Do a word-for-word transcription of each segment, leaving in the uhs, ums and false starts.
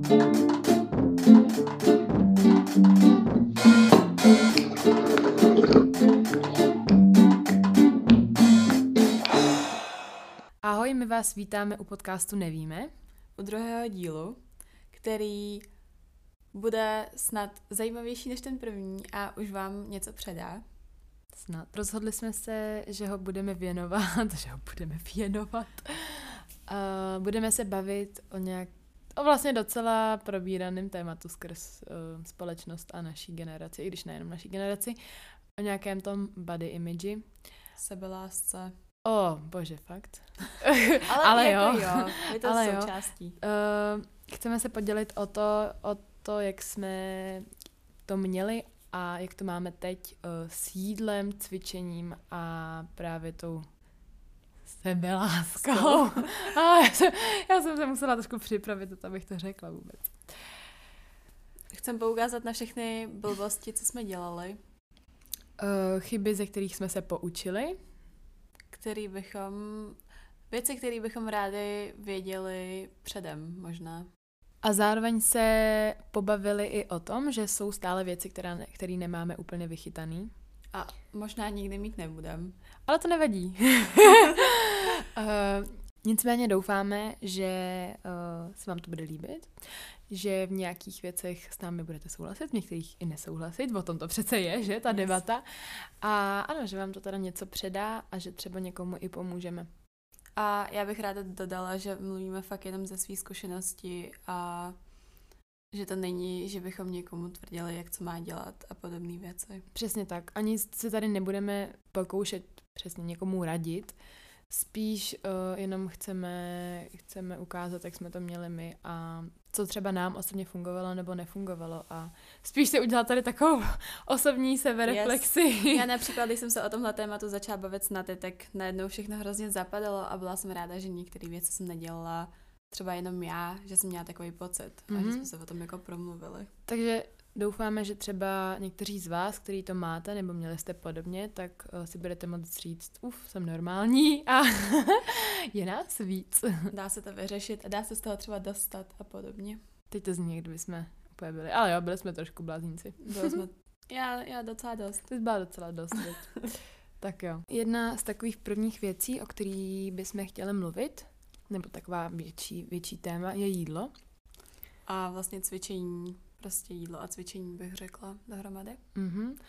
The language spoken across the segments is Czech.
Ahoj, my vás vítáme u podcastu Nevíme. U druhého dílu, který bude snad zajímavější než ten první a už vám něco předá. Snad. Rozhodli jsme se, že ho budeme věnovat, že ho budeme věnovat. Uh, budeme se bavit o nějak, o vlastně docela probíraném tématu skrz uh, společnost a naší generaci, i když nejenom naší generaci, o nějakém tom body image. Sebelásce. O, oh, bože, fakt. Ale, Ale jako jo. jo, je to Ale součástí. Uh, chceme se podělit o to, o to, jak jsme to měli a jak to máme teď uh, s jídlem, cvičením a právě tou sebeláskou. A já, jsem, já jsem se musela trošku připravit, abych to řekla vůbec. Chcem poukázat na všechny blbosti, co jsme dělali. Uh, chyby, ze kterých jsme se poučili. Který bychom, věci, které bychom rádi věděli předem možná. A zároveň se pobavili i o tom, že jsou stále věci, které ne, které nemáme úplně vychytaný. A možná nikdy mít nebudem. Ale to nevadí. uh, nicméně doufáme, že uh, se vám to bude líbit, že v nějakých věcech s námi budete souhlasit, v některých i nesouhlasit, o tom to přece je, že, ta yes. debata. A ano, že vám to teda něco předá a že třeba někomu i pomůžeme. A já bych ráda dodala, že mluvíme fakt jenom ze své zkušenosti a že to není, že bychom někomu tvrdili, jak co má dělat a podobné věci. Přesně tak. Ani se tady nebudeme pokoušet přesně někomu radit, spíš uh, jenom chceme, chceme ukázat, jak jsme to měli my a co třeba nám osobně fungovalo nebo nefungovalo a spíš si udělat tady takovou osobní sebereflexi. Yes. Já například, když jsem se o tomhle tématu začala bavit s Naty, tak najednou všechno hrozně zapadalo a byla jsem ráda, že některé věci jsem nedělala třeba jenom já, že jsem měla takový pocit mm-hmm. a že jsme se o tom jako promluvili. Takže doufáme, že třeba někteří z vás, kteří to máte nebo měli jste podobně, tak uh, si budete moct říct, uf, jsem normální a je nás víc. Dá se to vyřešit a dá se z toho třeba dostat a podobně. Teď to zní, jak kdyby jsme úplně byli, ale jo, byli jsme trošku blázníci. Byli jsme, já, já docela dost. Ty jsi byla docela dost. Tak jo. Jedna z takových prvních věcí, o který bychom chtěli mluvit, nebo taková větší, větší téma, je jídlo. A vlastně cvičení. Prostě jídlo a cvičení bych řekla dohromady. Mm-hmm. Uh,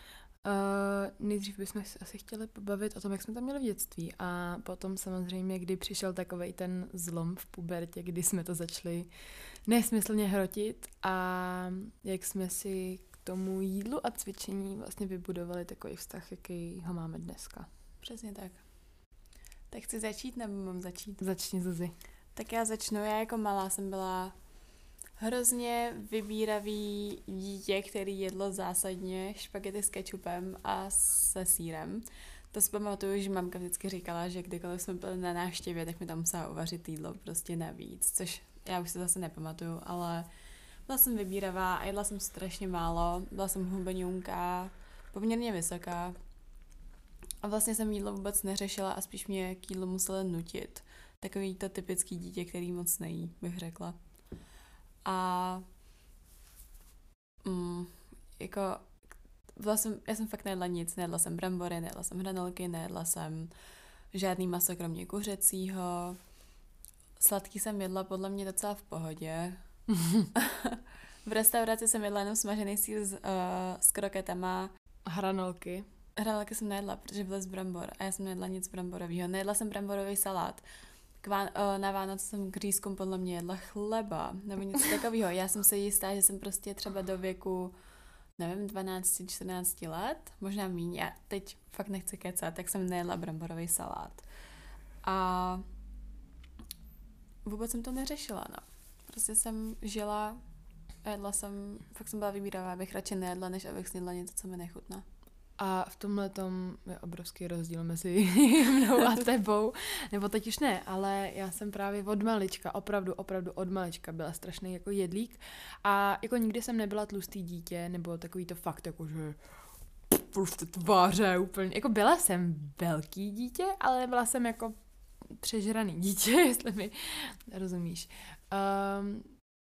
nejdřív bychom se asi chtěli pobavit o tom, jak jsme tam měli v dětství a potom samozřejmě, kdy přišel takovej ten zlom v pubertě, kdy jsme to začali nesmyslně hrotit a jak jsme si k tomu jídlu a cvičení vlastně vybudovali takový vztah, jaký ho máme dneska. Přesně tak. Tak chci začít nebo mám začít? Začni, Zuzi. Tak já začnu. Já jako malá jsem byla hrozně vybíravý dítě, který jedlo zásadně špagety s kečupem a se sýrem. To si pamatuju, že mamka vždycky říkala, že kdykoliv jsme byli na návštěvě, tak mi tam musela uvařit jídlo prostě navíc, což já už se zase nepamatuju, ale byla jsem vybíravá a jedla jsem strašně málo, byla jsem hubeňunka, poměrně vysoká a vlastně jsem jídlo vůbec neřešila a spíš mě k jídlu musela nutit. Takový to typický dítě, který moc nejí, bych řekla. A mm, jako byla jsem, já jsem fakt nejedla nic, nejedla jsem brambory, nejedla jsem hranolky, nejedla jsem žádný maso kromě kuřecího. Sladký jsem jedla podle mě docela v pohodě. V restauraci jsem jedla jenom smažený sýr s, uh, s kroketama. Hranolky. Hranolky jsem nejedla, protože byly z brambor a já jsem nejedla nic bramborového. Nejedla jsem bramborový salát. Na Vánoce jsem k řízkům podle mě jedla chleba nebo něco takového. Já jsem si jistá, že jsem prostě třeba do věku, nevím, dvanáct čtrnáct let, možná míň. Já teď fakt nechci kecat, tak jsem nejedla bramborový salát. A vůbec jsem to neřešila, no. Prostě jsem žila a jedla jsem, fakt jsem byla vybíravá, abych radši nejedla, než abych snědla něco, co mi nechutná. A v tomhletom je obrovský rozdíl mezi mnou a tebou. Nebo teď už ne, ale já jsem právě od malička, opravdu, opravdu od malička byla strašný jako jedlík. A jako nikdy jsem nebyla tlustý dítě, nebo takový to fakt jako, že prostě tváře úplně. Jako byla jsem velký dítě, ale nebyla jsem jako přežraný dítě, jestli mi rozumíš. Um,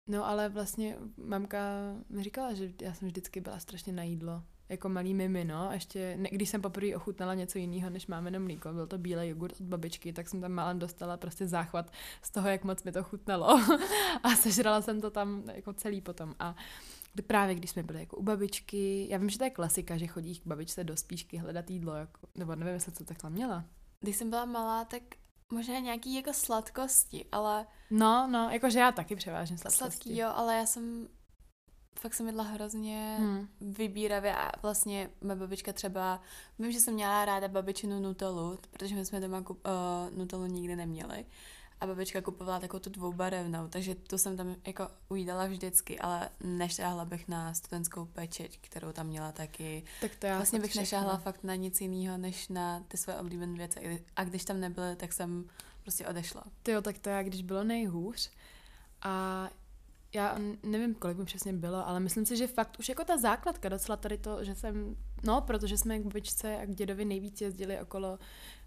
No ale vlastně mamka mi říkala, že já jsem vždycky byla strašně na jídlo. Jako malý mimi, no. A ještě, ne, když jsem poprvé ochutnala něco jiného, než máme na mlíko, byl to bílej jogurt od babičky, tak jsem tam málem dostala prostě záchvat z toho, jak moc mi to chutnalo. A sežrala jsem to tam jako celý potom. A právě když jsme byli jako u babičky, já vím, že to je klasika, že chodí k babičce do spíšky hledat jídlo, jako, nebo nevím, jestli co takhle měla. Když jsem byla malá, tak možná nějaký jako sladkosti, ale... No, no, jakože já taky převážně sladkosti. Sladký, jo, ale já jsem... Fakt jsem jedla hrozně hmm. vybíravě a vlastně moje babička třeba... Vím, že jsem měla ráda babičinu Nutellu, protože my jsme doma kup, uh, Nutellu nikdy neměli. A babička kupovala takovou tu dvoubarevnou, takže tu jsem tam jako ujídala vždycky, ale nešáhla bych na studentskou pečeť, kterou tam měla taky. Tak to já vlastně bych nešáhla fakt na nic jiného, než na ty své oblíbené věci. A když tam nebyly, tak jsem prostě odešla. Tyjo, tak to já, když bylo nejhůř a já nevím, kolik mi přesně bylo, ale myslím si, že fakt už jako ta základka docela tady to, že jsem, no, protože jsme k babičce a k dědovi nejvíc jezdili okolo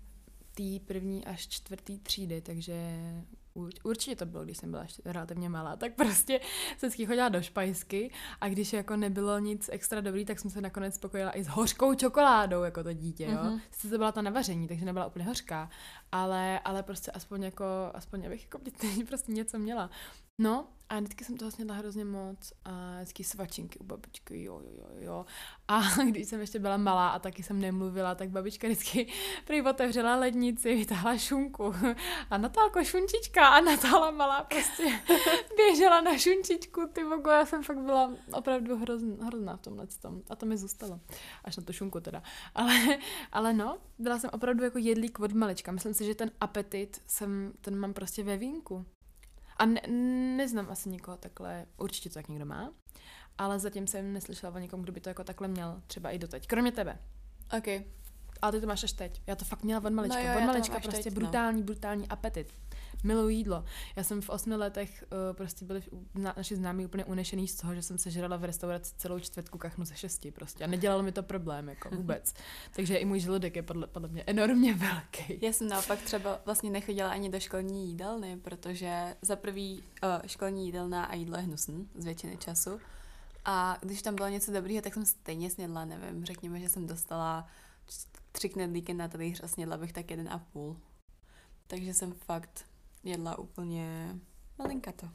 té první až čtvrtý třídy, takže určitě to bylo, když jsem byla ještě relativně malá, tak prostě jsem vždycky chodila do špajsky a když jako nebylo nic extra dobrý, tak jsem se nakonec spokojila i s hořkou čokoládou, jako to dítě, jo. Mm-hmm. Sice to byla ta na vaření, takže nebyla úplně hořká, ale, ale prostě aspoň jako, aspoň abych jako prostě něco měla. No a vždycky jsem toho snědla hrozně moc a vždycky svačinky u babičky, jo, jo, jo, jo. A když jsem ještě byla malá a taky jsem nemluvila, tak babička vždycky prý otevřela lednici, vytáhla šunku a Natálko šunčička a Natála malá prostě běžela na šunčičku, ty vogo, já jsem fakt byla opravdu hrozn, hrozná v tomhle tom a to mi zůstalo, až na tu šunku teda. Ale, ale no, byla jsem opravdu jako jedlík od malička, myslím si, že ten apetit jsem, ten mám prostě ve vínku. A ne, neznám asi nikoho takhle, určitě to tak někdo má, ale zatím jsem neslyšela o někom, kdo by to jako takhle měl, třeba i doteď, kromě tebe. Ok. Ale ty to máš až teď. Já to fakt měla od malička. No jo, od malička prostě teď, brutální, no. brutální apetit. Miluji jídlo. Já jsem v osmi letech uh, prostě byli na, naši známí úplně unešený z toho, že jsem sežrala v restauraci celou čtvrtku kachnu ze šesti prostě. A nedělalo mi to problém, jako vůbec. Takže i můj žaludek je podle, podle mě enormně velký. Já jsem naopak třeba vlastně nechodila ani do školní jídelny, protože za prvý uh, školní jídelna a jídlo je hnusný z většiny času. A když tam bylo něco dobrého, tak jsem stejně snědla, nevím, řekněme, že jsem dostala tři knedlíky na talíř a snědla bych tak jeden a půl. Takže jsem fakt jedla úplně malinkato.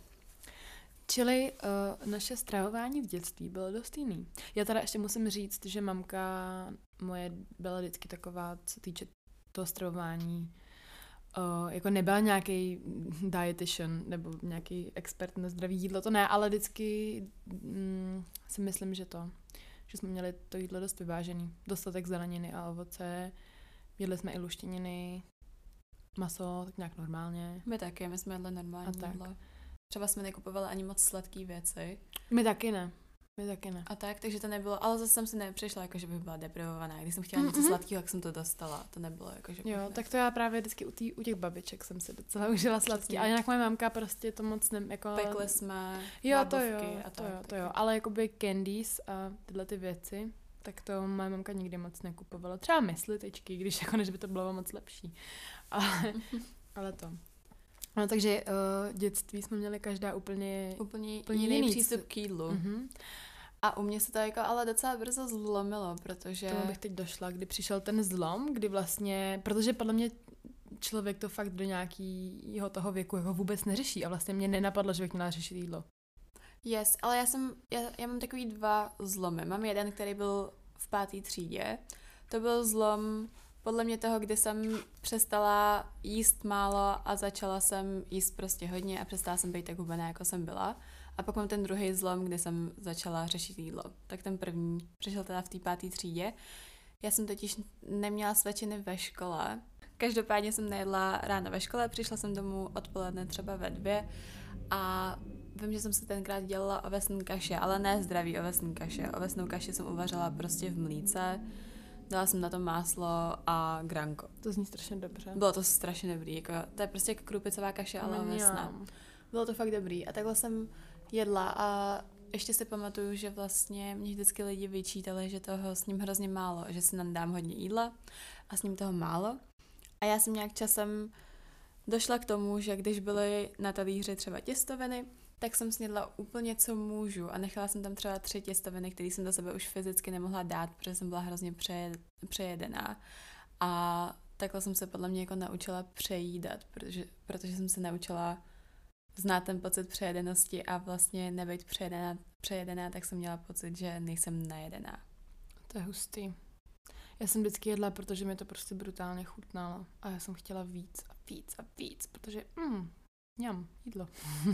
Čili uh, naše stravování v dětství bylo dost jiný. Já teda ještě musím říct, že mamka moje byla vždycky taková, co týče toho stravování, uh, jako nebyla nějaký dietitian nebo nějaký expert na zdravý jídlo, to ne, ale vždycky mm, si myslím, že to, že jsme měli to jídlo dost vyvážený. Dostatek zeleniny a ovoce, jedli jsme i luštěniny, maso, tak nějak normálně. My taky, my jsme jedli normální jídlo. Třeba jsme nekupovali ani moc sladký věci. My taky ne. My taky ne. A tak, takže to nebylo, ale zase jsem si nepřišla, jako že bych byla deprivovaná. Když jsem chtěla něco mm-hmm. sladkého, tak jsem to dostala. To nebylo jako, že... Jo, ne. Tak to já právě vždycky u, tý, u těch babiček jsem si docela užila sladký. Ale jinak moje mamka prostě to moc ne, jako... Pekli jsme jo, to jo, a to tak, jo, to jo. Ale jakoby candies a tyhle ty věci, tak to moje mamka nikdy moc nekupovala. Třeba myslitečky, když jako než by to bylo moc lepší. Ale, ale to... No, takže uh, dětství jsme měli každá úplně, úplně, úplně jiný jiný přístup k jídlu. Mm-hmm. A u mě se to jako ale docela brzo zlomilo, protože... Tomu bych teď došla, kdy přišel ten zlom, kdy vlastně, protože podle mě člověk to fakt do nějakého toho věku jako vůbec neřeší a vlastně mě nenapadlo, že bych měla řešit jídlo. Yes, ale já jsem, já, já mám takový dva zlomy. Mám jeden, který byl v páté třídě. To byl zlom podle mě toho, kdy jsem přestala jíst málo a začala jsem jíst prostě hodně a přestala jsem být tak hubená, jako jsem byla. A pak mám ten druhý zlom, kdy jsem začala řešit jídlo. Tak ten první přišel teda v té páté třídě. Já jsem totiž neměla svačiny ve škole. Každopádně jsem nejedla ráno ve škole, přišla jsem domů odpoledne třeba ve dvě a vím, že jsem si tenkrát dělala ovesní kaše, ale ne zdravý ovesní kaše. Ovesnou kaši jsem uvařila prostě v mlíce. Dala jsem na to máslo a granko. To zní strašně dobře. Bylo to strašně dobrý, jako, to je prostě jako krupicová kaše, ale ovesná. Bylo to fakt dobrý a takhle jsem jedla a ještě si pamatuju, že vlastně mě vždycky lidi vyčítali, že toho s ním hrozně málo, že si nám dám hodně jídla a s ním toho málo. A já jsem nějak časem došla k tomu, že když byly na talíři třeba těstoviny, tak jsem snědla úplně, co můžu a nechala jsem tam třeba tři těstoviny, které jsem do sebe už fyzicky nemohla dát, protože jsem byla hrozně přejed, přejedená. A takhle jsem se podle mě jako naučila přejídat, protože, protože jsem se naučila znát ten pocit přejedenosti a vlastně nebejt přejedená, přejedená, tak jsem měla pocit, že nejsem najedená. To je hustý. Já jsem vždycky jedla, protože mi to prostě brutálně chutnalo. A já jsem chtěla víc a víc a víc, protože mm, ňam, jídlo.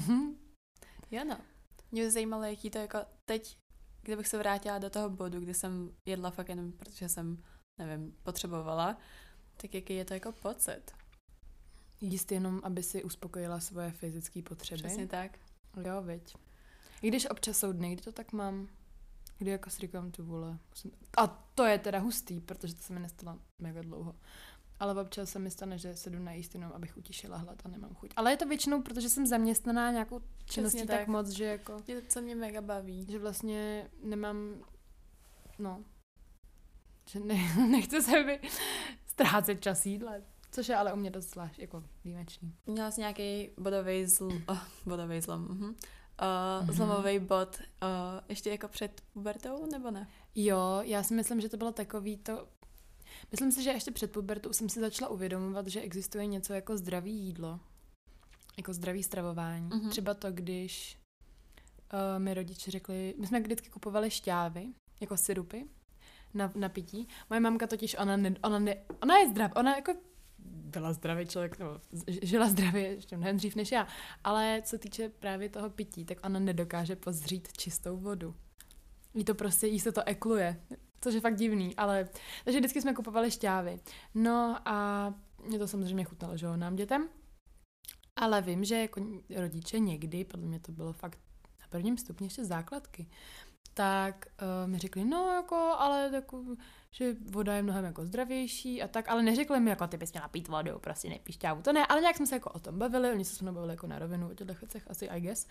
Jo no. Mě by zajímalo, jaký to jako teď, kdybych se vrátila do toho bodu, kdy jsem jedla fakt jenom, protože jsem, nevím, potřebovala, tak jaký je to jako pocit? Jíst jenom, aby si uspokojila svoje fyzické potřeby. Přesně tak. Jo, viď. I když občas jsou dny, kdy to tak mám, kdy jako si říkám, ty vole. Musím... A to je teda hustý, protože to se mi nestalo mega dlouho. Ale občas se mi stane, že se jdu najíst jenom, abych utišila hlad a nemám chuť. Ale je to většinou, protože jsem zaměstnaná nějakou činností tak. tak moc, že jako... Je to, co mě mega baví. Že vlastně nemám, no, že ne, nechci se mi ztrácet čas jídle. Což je ale u mě dost zvlášť, jako výjimečný. Měla jsi nějaký bodový zl... Oh, bodový zlom, uh-huh. Uh, zlomový bod uh, ještě jako před pubertou, nebo ne? Jo, já si myslím, že to bylo takový to... Myslím si, že ještě před pubertou jsem si začala uvědomovat, že existuje něco jako zdravý jídlo. Jako zdravý stravování. Uh-huh. Třeba to, když uh, mi rodiče řekli... My jsme vždycky kupovali šťávy, jako sirupy, na, na pití. Moje mamka totiž, ona, ne, ona, ne, ona je zdravá, ona jako byla zdravý člověk, nebo žila zdravě ještě mnohem dřív než já, ale co týče právě toho pití, tak ona nedokáže pozřít čistou vodu. Jí to prostě, jí se to ekluje, což je fakt divný, ale takže vždycky jsme kupovali šťávy. No a mě to samozřejmě chutnalo, že jo, nám dětem, ale vím, že jako rodiče někdy, podle mě to bylo fakt na prvním stupni ještě základky, tak uh, mi řekli, no jako, ale jako, že voda je mnohem jako zdravější a tak, ale neřekli mi, jako ty bys měla pít vodu, prostě nepíš šťávu, to ne, ale nějak jsme se jako o tom bavili, oni se se mnou bavili jako na rovinu o těchto věcech, asi I guess.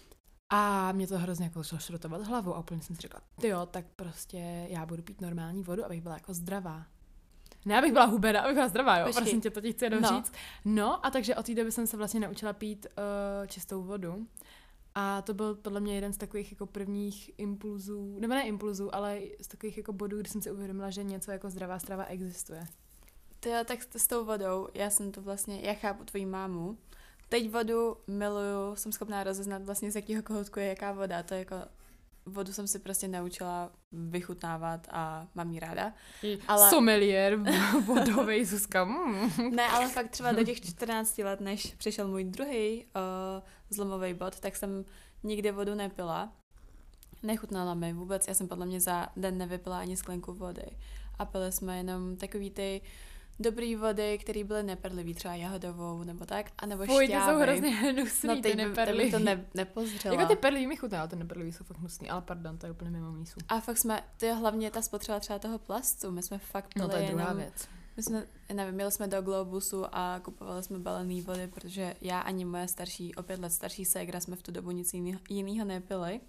A mě to hrozně jako šlo šrotovat hlavu a úplně jsem si řekla, tyjo, tak prostě já budu pít normální vodu, abych byla jako zdravá. Ne, abych byla hubená, abych byla zdravá, jo, Počkej. Prosím tě, to ti chci jenom no. říct. No a takže od té doby jsem se vlastně naučila pít uh, čistou vodu. A to byl podle mě jeden z takových jako prvních impulzů, nebo ne impulzů, ale z takových jako bodů, kdy jsem si uvědomila, že něco jako zdravá strava existuje. To jo, tak s tou vodou, já jsem to vlastně, já chápu tvoji mámu. Teď vodu miluju, jsem schopná rozeznat vlastně z jakého kohoutku je jaká voda. To je jako, vodu jsem si prostě naučila vychutnávat a mám jí ráda. Ale... Sommelier vodovej, Zuzka. Mm. Ne, ale fakt třeba do těch čtrnácti let, než přišel můj druhý uh, zlomový bod, tak jsem nikdy vodu nepila. Nechutnala mi vůbec, já jsem podle mě za den nevypila ani sklenku vody. A pili jsme jenom takový ty dobrý vody, které byly neperlivý, třeba jahodovou nebo tak, a nebo Fuj, šťávy. Fuj, ty jsou hrozně hnusný, no, ty neperlivý. to ne, nepozřela. Jako ty perlivý mi chutná, ale ty neperlivý jsou fakt hnusný, ale pardon, to je úplně mimo mísu. A fakt jsme, to je hlavně ta spotřeba třeba toho plastu, my jsme fakt pili No to je druhá jenom, věc. My jsme, nevím, měli jsme do Globusu a kupovali jsme balený vody, protože já ani moje starší, o pět let starší ségra jsme v tu dobu nic jinýho nepili.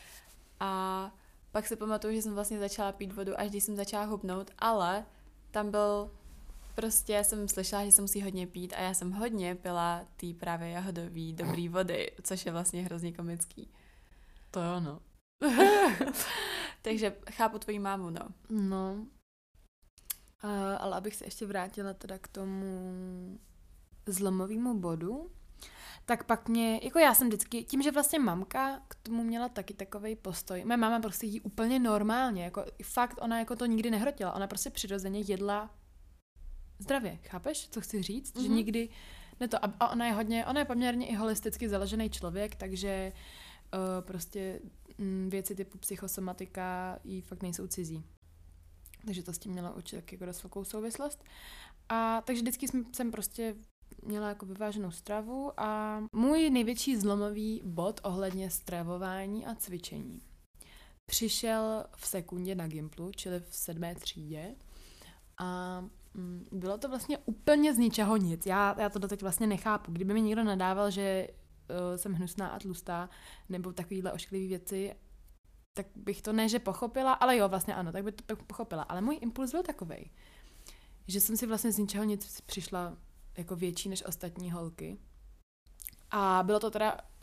A pak si pamatuju, že jsem vlastně začala pít vodu, až když jsem začala hubnout, ale tam byl, prostě jsem slyšela, že se musí hodně pít a já jsem hodně pila ty právě jahodový dobrý vody, což je vlastně hrozně komický. To jo, no. Takže chápu tvoji mámu, no. No. Uh, ale abych se ještě vrátila teda k tomu zlomovému bodu, tak pak mě, jako já jsem vždycky, tím, že vlastně mamka k tomu měla taky takovej postoj. Moje máma prostě jí úplně normálně, jako fakt ona jako to nikdy nehrotila, ona prostě přirozeně jedla zdravě, chápeš, co chci říct? Mm-hmm. Že nikdy, ne to, a ona je hodně, ona je poměrně i holisticky založený člověk, takže uh, prostě m, věci typu psychosomatika jí fakt nejsou cizí. Takže to s tím měla určitě jako dost velkou souvislost. A takže vždycky jsem, jsem prostě měla jako vyváženou stravu a můj největší zlomový bod ohledně stravování a cvičení přišel v sekundě na Gimplu, čili v sedmé třídě. A mm, bylo to vlastně úplně z ničeho nic. Já, já to doteď vlastně nechápu. Kdyby mi někdo nadával, že uh, jsem hnusná a tlustá, nebo takovýhle ošklivý věci, tak bych to ne, že pochopila, ale jo, vlastně ano, tak by to pochopila. Ale můj impuls byl takovej, že jsem si vlastně z ničeho nic přišla jako větší než ostatní holky. A bylo to teda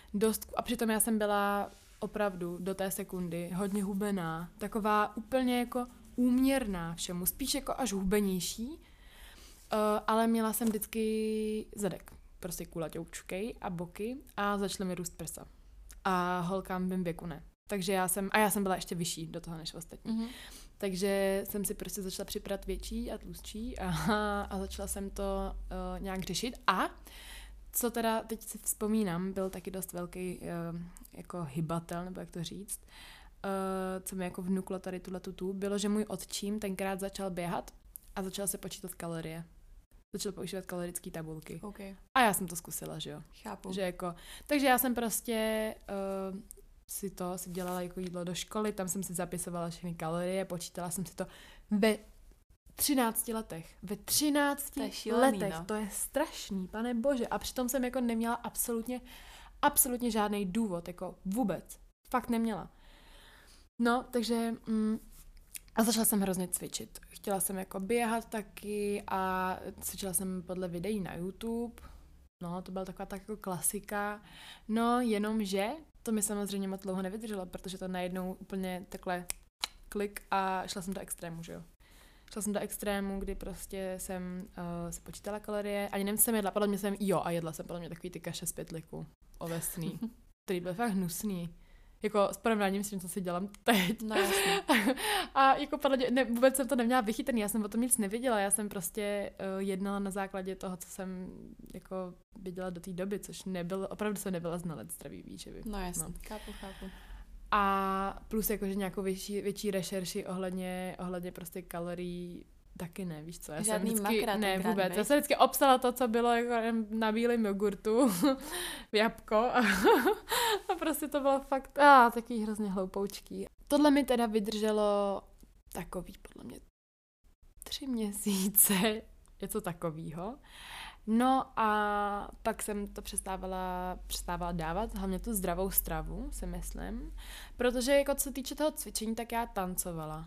dost, a přitom já jsem byla opravdu do té sekundy hodně hubená, taková úplně jako úměrná všemu, spíš jako až hubenější, uh, ale měla jsem vždycky zadek, prostě kulaťoučkej a boky a začaly mi růst prsa. A holkám v mém věku ne. Takže já jsem, a já jsem byla ještě vyšší do toho než ostatní. Mm-hmm. Takže jsem si prostě začala připadat větší a tlustší a, a začala jsem to uh, nějak řešit. A co teda teď si vzpomínám, byl taky dost velký uh, jako hybatel, nebo jak to říct, uh, co mi jako vnuklo tady tuhletu tu, bylo, že můj otčím tenkrát začal běhat a začal se počítat kalorie. Začal používat kalorické tabulky. Okay. A já jsem to zkusila, že jo. Chápu. Že jako, takže já jsem prostě uh, si to, si dělala jako jídlo do školy, tam jsem si zapisovala všechny kalorie, počítala jsem si to ve třinácti letech. Ve třinácti to šílený, letech. No. To je strašný, pane bože. A přitom jsem jako neměla absolutně, absolutně žádný důvod, jako vůbec. Fakt neměla. No, takže mm, a začala jsem hrozně cvičit. Chtěla jsem jako běhat taky a cvičila jsem podle videí na YouTube. No, to byla taková tak jako klasika. No, jenomže to mi samozřejmě moc dlouho nevydrželo, protože to najednou úplně takhle klik a šla jsem do extrému, že jo. Šla jsem do extrému, kdy prostě jsem uh, se počítala kalorie, ani nevím, co jsem jedla, podle mě jsem, jo, a jedla jsem podle mě takový ty kaše z pytlíku, ovesný, který byl fakt hnusný. Jako s porovnáním s tím, co si dělám teď. No jasně. A jako podle mě, ne, vůbec jsem to neměla vychytaný, já jsem o tom nic nevěděla, já jsem prostě uh, jednala na základě toho, co jsem jako viděla do té doby, což nebylo, opravdu jsem nebyla znalec zdravý výživy. No jasně, no. chápu, chápu. A plus jakože nějakou větší, větší rešerši ohledně, ohledně prostě kalorií taky ne, víš co. Já žádný jsem vždycky, makra. Ne, vůbec. Bej. Já jsem vždycky obsala to, co bylo jako na bílém jogurtu, jabko a, a prostě to bylo fakt a, takový hrozně hloupoučký. Tohle mi teda vydrželo takový, podle mě, tři měsíce, něco takovýho. No a pak jsem to přestávala, přestávala dávat, hlavně tu zdravou stravu, si myslím, protože jako co se týče toho cvičení, tak já tancovala.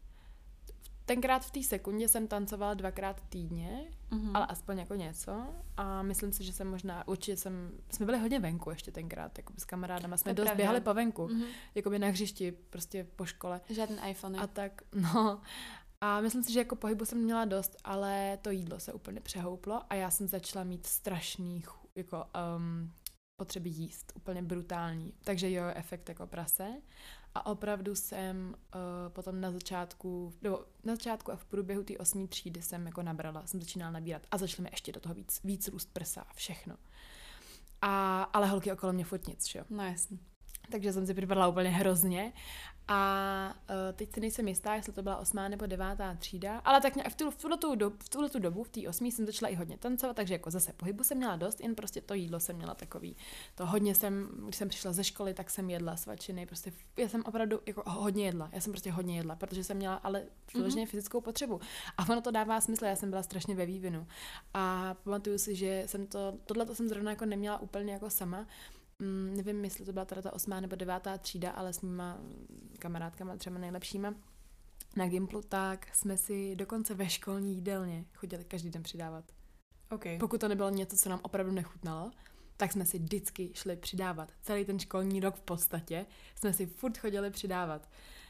Tenkrát v té sekundě jsem tancovala dvakrát týdně, mm-hmm. ale aspoň jako něco a myslím si, že jsem možná, určitě jsem, jsme byli hodně venku ještě tenkrát, jako s kamarádama, jsme dost pravda. Běhali po venku, mm-hmm. jakoby na hřišti, prostě po škole. Žádný iPhone. A tak, no... A myslím si, že jako pohybu jsem měla dost, ale to jídlo se úplně přehouplo a já jsem začala mít strašný jako, um, potřeby jíst, úplně brutální. Takže jo, efekt jako prase. A opravdu jsem uh, potom na začátku, nebo na začátku a v průběhu té osmé třídy jsem jako nabrala, jsem začínala nabírat a začaly mi ještě do toho víc, víc růst prsa a všechno. A, ale holky okolo mě furt nic, jo. No jasně. Takže jsem si připadala úplně hrozně. A uh, teď si nejsem jistá, jestli to byla osmá nebo devátá třída, ale tak v, tu, v, tuhletu dobu, v tuhletu dobu, v té osmý jsem začala i hodně tancovat, takže jako zase pohybu jsem měla dost, jen prostě to jídlo jsem měla takový. To hodně jsem, když jsem přišla ze školy, tak jsem jedla svačiny, prostě já jsem opravdu jako hodně jedla, já jsem prostě hodně jedla, protože jsem měla ale vyloženě mm-hmm. fyzickou potřebu. A ono to dává smysl, já jsem byla strašně ve vývinu. A pamatuju si, že jsem to, tohleto jsem zrovna jako neměla úplně jako sama. Mm, nevím, jestli to byla teda ta osmá nebo devátá třída, ale s mýma kamarádkama, třeba nejlepšíma na Gimplu, tak jsme si dokonce ve školní jídelně chodili každý den přidávat. Okay. Pokud to nebylo něco, co nám opravdu nechutnalo, tak jsme si vždycky šli přidávat. Celý ten školní rok v podstatě jsme si furt chodili přidávat.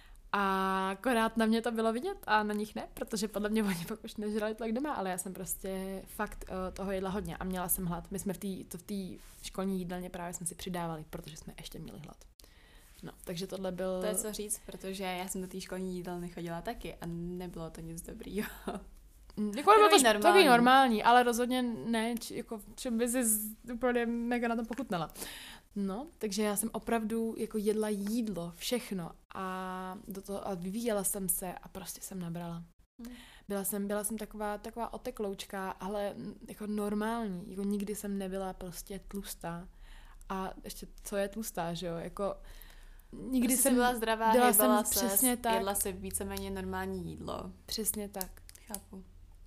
A akorát na mě to bylo vidět a na nich ne, protože podle mě oni pak už nežrali tolik doma, ale já jsem prostě fakt uh, toho jedla hodně a měla jsem hlad. My jsme v té v té školní jídelně právě jsme si přidávali, protože jsme ještě měli hlad. No, takže tohle byl... To je co říct, protože já jsem do té školní jídelny chodila taky a nebylo to nic dobrýho. Jako bylo to takový normální, ale rozhodně ne, či, jako, či by si úplně mega na tom pochutnala. No, takže já jsem opravdu jako jedla jídlo, všechno a do toho a vyvíjela jsem se a prostě jsem nabrala. Hmm. Byla jsem, byla jsem taková, taková otekloučka, ale jako normální, jako nikdy jsem nebyla prostě tlustá. A ještě co je tlustá, že jo, jako nikdy prostě jsem byla zdravá, byla hýbala jsem přesně se, tak. jedla se víceméně normální jídlo. Přesně tak. Chápu.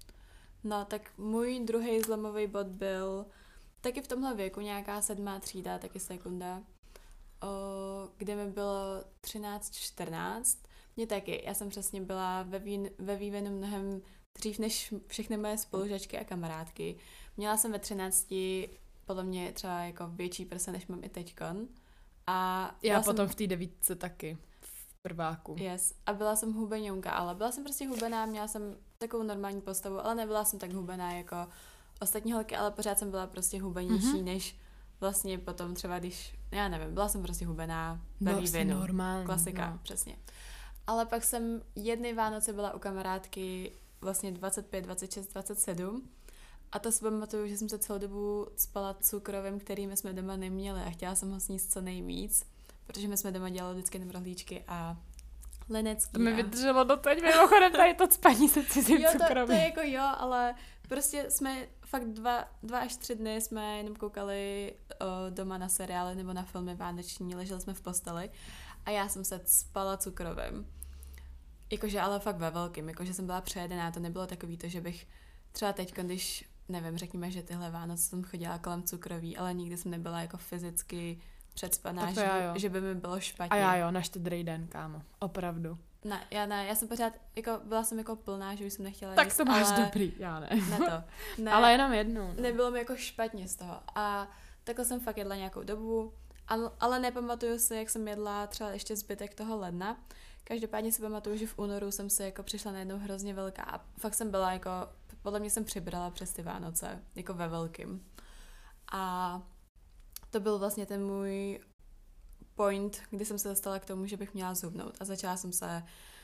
No, tak můj druhý zlomový bod byl taky v tomhle věku, nějaká sedmá třída, taky sekunda, o, kde mi bylo třináct čtrnáct. Mně taky, já jsem přesně byla ve, výn, ve vývinu mnohem dřív než všechny moje spolužačky a kamarádky. Měla jsem ve třinácti podle mě třeba jako větší prsa, než mám i teďkon. A Já jsem... potom v té devítce taky, v prváku. Yes. A byla jsem hubeňonka, ale byla jsem prostě hubená, měla jsem takovou normální postavu, ale nebyla jsem tak hubená jako ostatní holky, ale pořád jsem byla prostě hubenější, mm-hmm. než vlastně potom třeba, když, já nevím, byla jsem prostě hubená ve no, vývinu. Normální. Klasika, no. přesně. Ale pak jsem jedny Vánoce byla u kamarádky vlastně dvacet pět, dvacet šest, dvacet sedm a to si pamatuju, že jsem se celou dobu spala cukrovým, který my jsme doma neměli a chtěla jsem ho sníst co nejvíc, protože my jsme doma dělali vždycky jenom rohlíčky a lenecký. To mi a... vydrželo doteď, mimochodem tady to spaní se cizím jo, cukrovým. To, to je jako jo, ale prostě jsme fakt dva, dva až tři dny jsme jenom koukali o, doma na seriály nebo na filmy vánoční, leželi jsme v posteli a já jsem se spala cukrovým. Jakože ale fakt ve velkým, jakože jsem byla přejedená, to nebylo takový to, že bych třeba teď, když, nevím, řekněme, že tyhle Vánoce jsem chodila kolem cukroví, ale nikdy jsem nebyla jako fyzicky předspaná, že, že by mi bylo špatně. A já jo, na štědrý den, kámo, opravdu. Ne, já ne, já jsem pořád, jako, byla jsem jako plná, že už jsem nechtěla tak jíst, to máš ale... dobrý, já ne. Ne to. Ne, ale jenom jednou. No. Nebylo mi jako špatně z toho. A takhle jsem fakt jedla nějakou dobu, ale, ale nepamatuju si, jak jsem jedla třeba ještě zbytek toho ledna. Každopádně si pamatuju, že v únoru jsem se jako přišla najednou hrozně velká a fakt jsem byla jako, podle mě jsem přibrala přes ty Vánoce, jako ve velkým. A to byl vlastně ten můj point, kdy jsem se dostala k tomu, že bych měla zhubnout a začala jsem se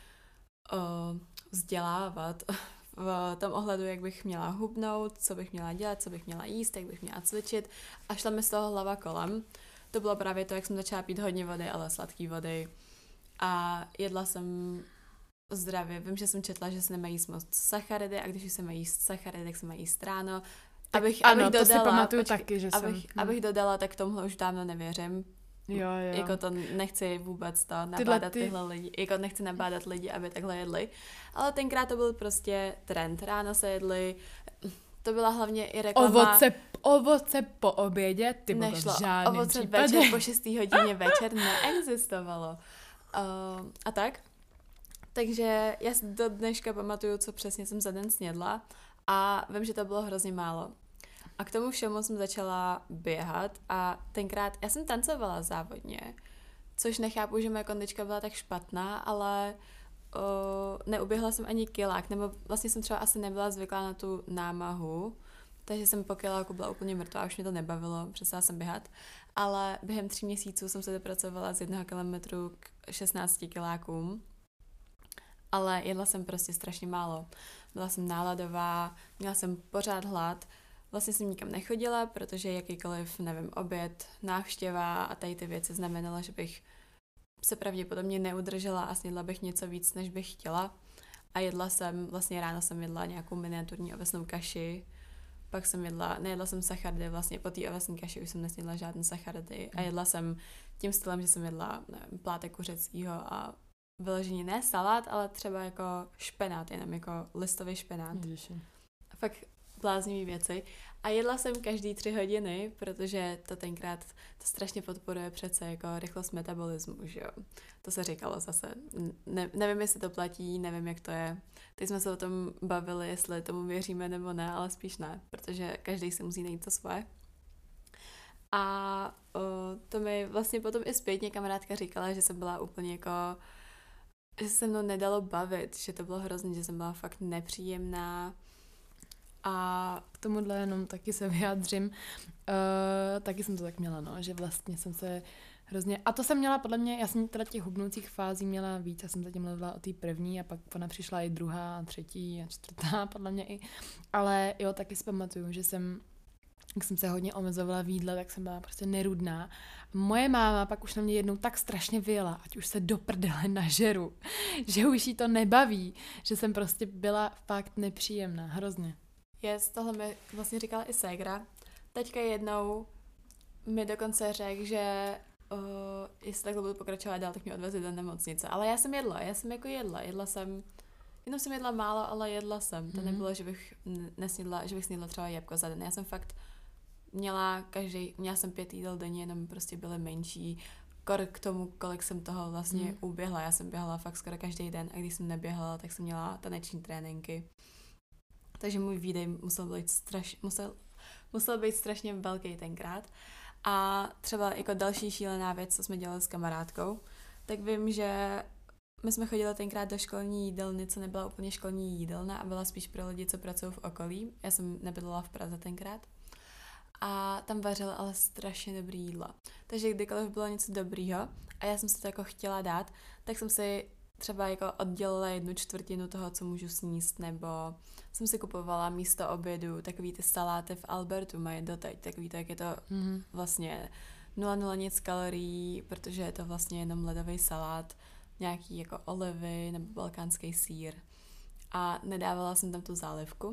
uh, vzdělávat v tom ohledu, jak bych měla hubnout, co bych měla dělat, co bych měla jíst, jak bych měla cvičit a šla mi z toho hlava kolem. To bylo právě to, jak jsem začala pít hodně vody, ale sladké vody a jedla jsem zdravě. Vím, že jsem četla, že se nemají jíst moc sacharidy a když se mají jíst sacharidy, tak se mají jíst ráno. Abych, ano, abych to dodala, si pamatuju počkej, taky, že abych, jsem... abych dodala, tak tomuhle už dávno nevěřím. Jo, jo. Jako to nechci vůbec to nabádat tyhle ty... tyhle lidi, jako nechci nabádat lidi, aby takhle jedli, ale tenkrát to byl prostě trend, ráno se jedli, to byla hlavně i reklama. Ovoce, ovoce po obědě, ty bylo nešlo, v žádném ovoce případě. večer po šestý hodině večer neexistovalo. Uh, a tak, takže já si do dneška pamatuju, co přesně jsem za den snědla a vím, že to bylo hrozně málo. A k tomu všemu jsem začala běhat a tenkrát, já jsem tancovala závodně, což nechápu, že moje kondička byla tak špatná, ale o, neuběhla jsem ani kilák, nebo vlastně jsem třeba asi nebyla zvyklá na tu námahu, takže jsem po kiláku byla úplně mrtvá, už mě to nebavilo, přestala jsem běhat, ale během tří měsíců jsem se dopracovala z jednoho kilometru k šestnácti kilákům, ale jedla jsem prostě strašně málo. Byla jsem náladová, měla jsem pořád hlad. Vlastně jsem nikam nechodila, protože jakýkoliv, nevím, oběd, návštěva a tady ty věci znamenalo, že bych se pravděpodobně neudržela a snědla bych něco víc, než bych chtěla. A jedla jsem, vlastně ráno jsem jedla nějakou miniaturní ovesnou kaši, pak jsem jedla, nejedla jsem sacharidy, vlastně po té ovesné kaši už jsem nesnědla žádné sacharidy a jedla jsem tím stylem, že jsem jedla, nevím, plátek kuřecího a vyloženě ne salát, ale třeba jako špenát, jenom jako listový špenát. Ježiši. Fakt bláznivý věci. A jedla jsem každý tři hodiny, protože to tenkrát to strašně podporuje přece jako rychlost metabolismu, že jo. To se říkalo zase. Ne, nevím, jestli to platí, nevím, jak to je. Teď jsme se o tom bavili, jestli tomu věříme nebo ne, ale spíš ne, protože každý si musí najít to svoje. A o, to mi vlastně potom i zpětně kamarádka říkala, že jsem byla úplně jako, že se mnou nedalo bavit, že to bylo hrozně, že jsem byla fakt nepříjemná. A k tomuhle jenom taky se vyjádřím. Uh, taky jsem to tak měla, no, že vlastně jsem se hrozně... A to jsem měla podle mě, já jsem teda těch hubnoucích fází měla víc, já jsem zatím mluvila o té první a pak ona přišla i druhá, a třetí a čtvrtá, podle mě i. Ale jo, taky si pamatuju, že jsem, jak jsem se hodně omezovala v jídle, tak jsem byla prostě nerudná. Moje máma pak už na mě jednou tak strašně vyjela, ať už se do prdele nažeru, že už jí to nebaví, že jsem prostě byla fakt nepříjemná, hrozně. Yes, tohle mi vlastně říkala i ségra. Teďka jednou mi dokonce řekl, že uh, jestli takhle budu pokračovat dál, tak mě odveze do nemocnice. Ale já jsem jedla, já jsem jako jedla. Jedla jsem, jenom jsem jedla málo, ale jedla jsem. To mm-hmm. nebylo, že bych nesnědla, že bych snědla třeba jabko za den. Já jsem fakt měla každý, měla jsem pět jídel denně, jenom prostě byly menší. Skoro k tomu, kolik jsem toho vlastně mm. uběhla. Já jsem běhala fakt skoro každý den a když jsem neběhala, tak jsem měla taneční tréninky. Takže můj výdej musel být straš, musel, musel být strašně velký tenkrát. A třeba jako další šílená věc, co jsme dělali s kamarádkou, tak vím, že my jsme chodili tenkrát do školní jídelny, co nebyla úplně školní jídelna a byla spíš pro lidi, co pracují v okolí. Já jsem nebydlela v Praze tenkrát. A tam vařili ale strašně dobrý jídlo. Takže kdykoliv bylo něco dobrýho a já jsem si to jako chtěla dát, tak jsem si třeba jako oddělila jednu čtvrtinu toho, co můžu sníst, nebo jsem si kupovala místo obědu takový ty saláty v Albertu, mají doteď, takový to, jak je to mm-hmm. vlastně nula nula nic kalorií, protože je to vlastně jenom ledový salát, nějaký jako olivy nebo balkánský sýr. A nedávala jsem tam tu zálivku.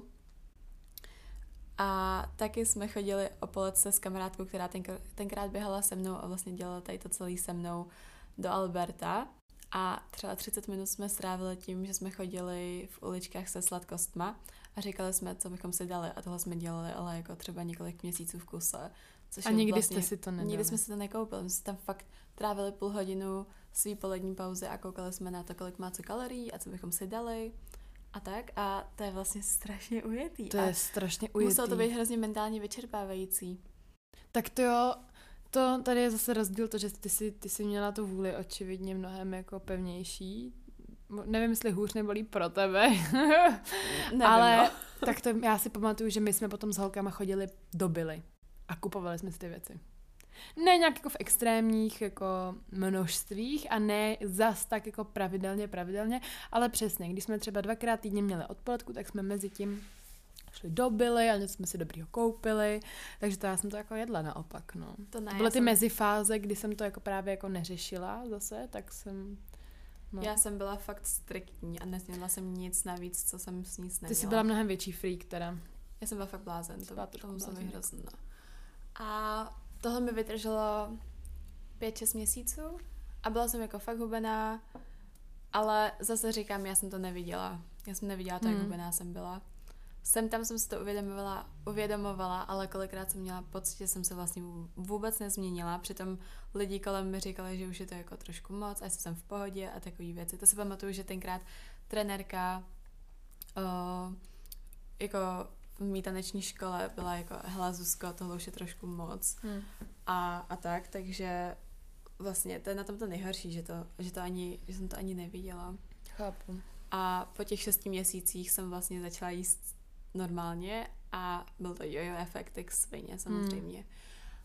A taky jsme chodili o poledce s kamarádkou, která tenkrát, tenkrát běhala se mnou a vlastně dělala tady to celý se mnou do Alberta. A třeba třicet minut jsme strávili tím, že jsme chodili v uličkách se sladkostma a říkali jsme, co bychom si dali. A tohle jsme dělali ale jako třeba několik měsíců v kuse. Což a nikdy vlastně, jste si to nedali. Nikdy jsme si to nekoupili. My jsme tam fakt trávili půl hodinu svý polední pauzy a koukali jsme na to, kolik má co kalorií a co bychom si dali. A tak. A to je vlastně strašně ujetý. To a je strašně ujetý. Muselo to být hrozně mentálně vyčerpávající. Tak to jo, to tady je zase rozdíl, to, že ty si, ty si měla tu vůli očividně mnohem jako pevnější. Nevím, jestli hůř nebo líp pro tebe. Nevím, ale no. tak to já si pamatuju, že my jsme potom s holkama chodili do Billy a kupovali jsme si ty věci. Ne nějak jako v extrémních jako množstvích a ne zas tak jako pravidelně, pravidelně, ale přesně, když jsme třeba dvakrát týdně měli odpoledku, tak jsme mezi tím šli do Billy a něco jsme si dobrýho koupili, takže to já jsem to jako jedla naopak, no. To, ne, to byly ty jsem... mezifáze, kdy jsem to jako právě jako neřešila zase, tak jsem... No. Já jsem byla fakt striktní a nesměla jsem nic navíc, co jsem sníst neměla. Ty jsi byla mnohem větší freak teda. Já jsem byla fakt blázen, to, to musela být hrozné. A tohle mi vydrželo pět šest měsíců a byla jsem jako fakt hubená, ale zase říkám, já jsem to neviděla. Já jsem neviděla to, jak hmm. hubená jsem byla. Sem tam jsem si to uvědomovala, uvědomovala, ale kolikrát jsem měla pocit, že jsem se vlastně vůbec nezměnila. Přitom lidi kolem mi říkali, že už je to jako trošku moc a jsem v pohodě a takové věci. To si pamatuju, že tenkrát trenérka uh, jako v mý taneční škole byla jako hele Zuzko, tohle už je trošku moc hmm. a, a tak, takže vlastně to je na tom to nejhorší, že, to, že, to ani, že jsem to ani neviděla. Chápu. A po těch šesti měsících jsem vlastně začala jíst normálně a byl to jojo efekt, jak svině samozřejmě. Hmm.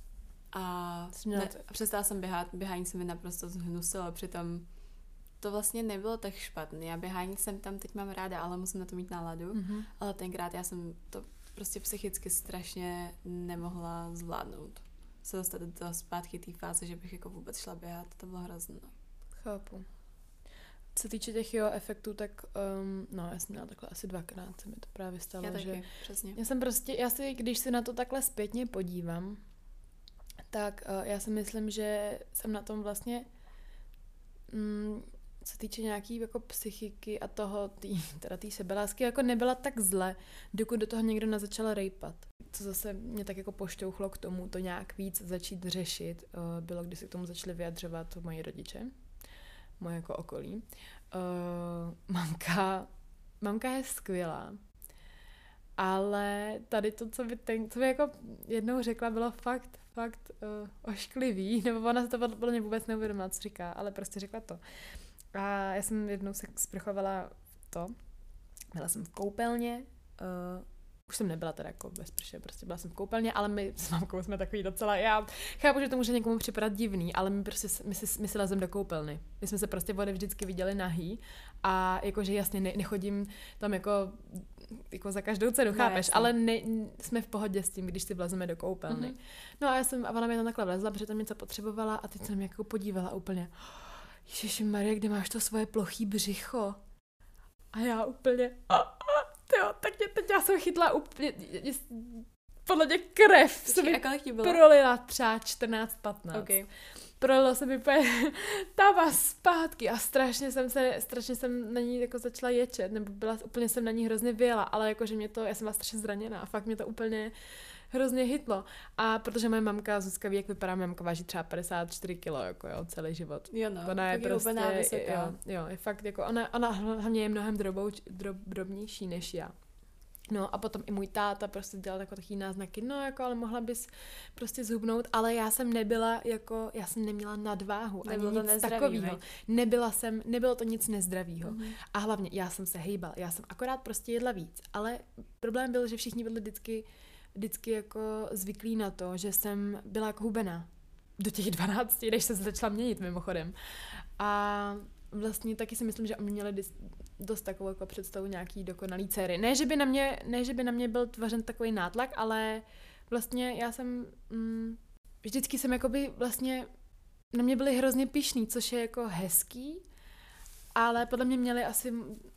A, ne, a přestala jsem běhat, běhání se mi naprosto zhnusilo, přitom to vlastně nebylo tak špatný. Já běhání jsem tam teď mám ráda, ale musím na to mít náladu. Mm-hmm. Ale tenkrát já jsem to prostě psychicky strašně nemohla zvládnout. Se dostat do toho zpátky té fáze, že bych jako vůbec šla běhat. To bylo hrozné. Chápu. Co týče těch jeho efektů, tak um, no, já jsem měla takhle asi dvakrát, se mi to právě stalo. Já taky, že přesně. Já jsem prostě, já si, když se na to takhle zpětně podívám, tak uh, já si myslím, že jsem na tom vlastně mm, co týče nějaký jako psychiky a toho, tý, teda té sebelásky, jako nebyla tak zle, dokud do toho někdo nezačal rejpat. Co zase mě tak jako pošťouchlo k tomu to nějak víc začít řešit, uh, bylo, když se k tomu začali vyjadřovat moji rodiče, moje jako okolí. Uh, mamka, mamka je skvělá, ale tady to, co by, ten, co by jako jednou řekla, bylo fakt, fakt uh, ošklivý, nebo ona se to podle mě vůbec neuvědomila, co říká, ale prostě řekla to. A já jsem jednou se sprchovala to, byla jsem v koupelně, uh, už jsem nebyla teda jako bez prše, prostě byla jsem v koupelně, ale my s mamkou jsme takový docela, já chápu, že to může někomu připadat divný, ale my prostě, my si, my si lezem do koupelny. My jsme se prostě vody vždycky viděli nahý a jakože jasně ne, nechodím tam jako, jako za každou cenu, chápeš, no, ale ne, jsme v pohodě s tím, když si vlezeme do koupelny. Mm-hmm. No a já jsem, a ona mě tam takhle vlezla, protože tam něco potřebovala a teď jsem mě jako podívala úplně, Ježišmarja, kde máš to svoje plochý břicho? A já úplně, a, a, tyjo, tak mě teď já jsem chytla úplně, podle mě krev se mi prolila třeba čtrnáct patnáct. Okay. Prolilo se mi úplně tava zpátky a strašně jsem se, strašně jsem na ní jako začala ječet, nebo byla, úplně jsem na ní hrozně vyjela, ale jakože mě to, já jsem byla strašně zraněná a fakt mě to úplně hrozně hitlo. A protože moje mamka, Zuzka ví, jak vypadá, mamka váží třeba padesát čtyři kilo, jako jo, celý život. Jo no, ona je prostě, je jo, jo, je fakt jako, ona, ona hlavně je mnohem drobou, drob, drobnější než já. No a potom i můj táta prostě dělal takové takový náznaky, no jako ale mohla bys prostě zhubnout, ale já jsem nebyla jako, já jsem neměla nadváhu, Nebylo ani to nic nezdravý, takového. veď? Nebyla jsem, nebylo to nic nezdravýho. Mhm. A hlavně já jsem se hejbala, já jsem akorát prostě jedla víc, ale problém byl, že všichni byli vždycky, vždycky jako zvyklí na to, že jsem byla jako hubená. Do těch dvanácti, než se začala měnit mimochodem. A vlastně taky si myslím, že oni měli dis- dost takovou jako představu nějaký dokonalý dcery. Ne, že by na mě, ne, že by na mě byl tvořen takový nátlak, ale vlastně já jsem, mm, vždycky jsem jakoby vlastně, na mě byli hrozně pyšný, což je jako hezký, ale podle mě měli asi,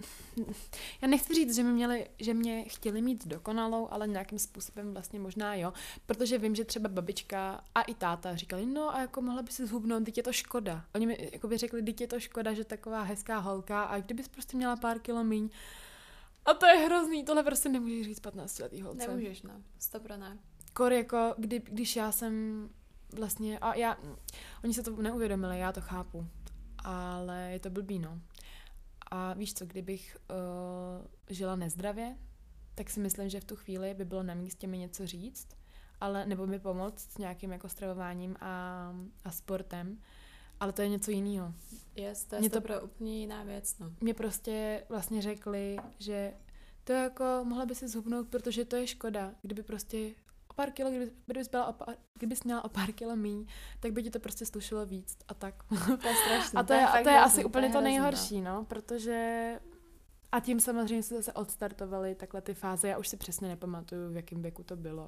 já nechci říct, že mě, měli, že mě chtěli mít dokonalou, ale nějakým způsobem vlastně možná jo, protože vím, že třeba babička a i táta říkali, no a jako mohla by si zhubnout, teď je to škoda. Oni mi jako by řekli, teď je to škoda, že taková hezká holka a kdybys prostě měla pár kilo míň. A to je hrozný, tohle prostě nemůžeš říct patnáctiletý holce. Nemůžeš, no, stopro ne. Kor jako, kdy, když já jsem vlastně, a já, oni se to neuvědomili, já to chápu, ale je to blbý, no. A víš co, kdybych uh, žila nezdravě, tak si myslím, že v tu chvíli by bylo na místě mi něco říct, ale nebo mi pomoct s nějakým jako stravováním a, a sportem, ale to je něco jiného. Yes, to je Mě to- to úplně jiná věc, no. Mě prostě vlastně řekli, že to je jako, mohla by si zhubnout, protože to je škoda, kdyby prostě o pár kilo, kdyby, kdybys, byla o pár, kdybys měla o pár kilo míň, tak by ti to prostě slušelo víc a tak. To je strašný. A to je, a fakt to je hrozný, asi úplně je to hrozný, nejhorší, no, protože a tím samozřejmě se zase odstartovaly takhle ty fáze, já už si přesně nepamatuju, v jakém věku to bylo,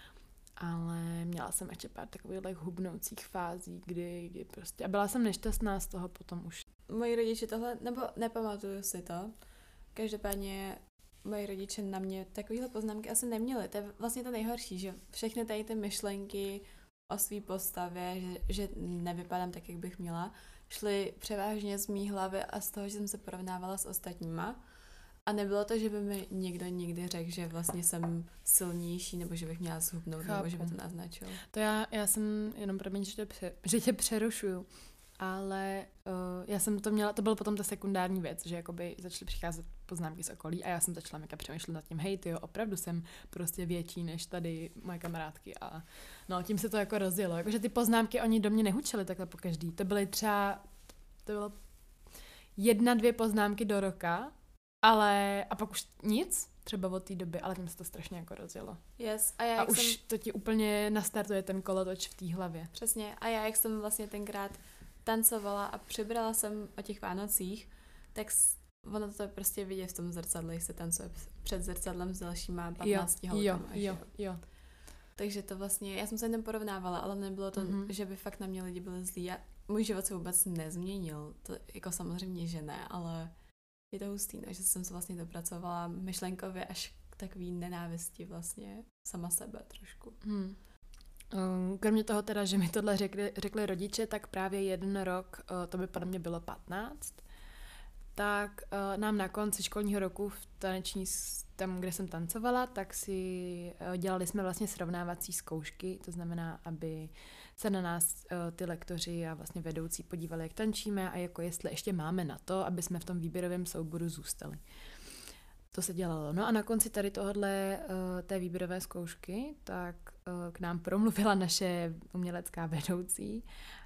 ale měla jsem ještě pár takových hubnoucích fází, kdy, kdy prostě, a byla jsem nešťastná z toho potom už. Moji rodiče tohle, nebo nepamatuju si to, každopádně moji rodiče na mě takovéhle poznámky asi neměli. To je vlastně to nejhorší, že všechny tady ty myšlenky o své postavě, že, že nevypadám tak, jak bych měla, šly převážně z mý hlavy a z toho, že jsem se porovnávala s ostatníma. A nebylo to, že by mi někdo nikdy řekl, že vlastně jsem silnější, nebo že bych měla zhubnout, Chápu. nebo že by to naznačil. To já, já jsem, jenom promiň, že tě, pře, že tě přerušuju, ale uh, já jsem to měla, to bylo potom ta sekundární věc, že jakoby začaly přicházet poznámky z okolí a já jsem začala mega přemýšlet nad tím, hej, tyjo, opravdu jsem prostě větší než tady moje kamarádky a no, tím se to jako rozjelo, jakože ty poznámky oni do mě nehučely takhle po každý, to byly třeba, to bylo jedna, dvě poznámky do roka, ale a pak už nic, třeba od té doby, ale tím se to strašně jako rozjelo. Yes. A já A jak už jsem, to ti úplně nastartuje ten kolotoč v té hlavě. přesně, a já jak jsem vlastně tenkrát tancovala a přibrala jsem o těch Vánocích, tak s- ono to je prostě vidět v tom zrcadle, jak se tancuje před zrcadlem s dalšíma patnácti jo, holkama. jo, že jo, jo. Takže to vlastně, já jsem se jenom porovnávala, ale nebylo to, Mhm. mm-hmm. že by fakt na mě lidi byli zlí. A můj život se vůbec nezměnil, to jako samozřejmě, že ne, ale je to hustý, no, že jsem se vlastně dopracovala myšlenkově až k takový nenávisti vlastně sama sebe trošku. Hmm. Um, Kromě toho teda, že mi tohle řekli, řekli rodiče, tak právě jeden rok, uh, to by podle mě bylo patnáct, tak uh, nám na konci školního roku v taneční, s- tam, kde jsem tancovala, tak si uh, dělali jsme vlastně srovnávací zkoušky, to znamená, aby se na nás uh, ty lektoři a vlastně vedoucí podívali, jak tančíme a jako jestli ještě máme na to, aby jsme v tom výběrovém souboru zůstali. To se dělalo. No a na konci tady tohohle, uh, té výběrové zkoušky, tak uh, k nám promluvila naše umělecká vedoucí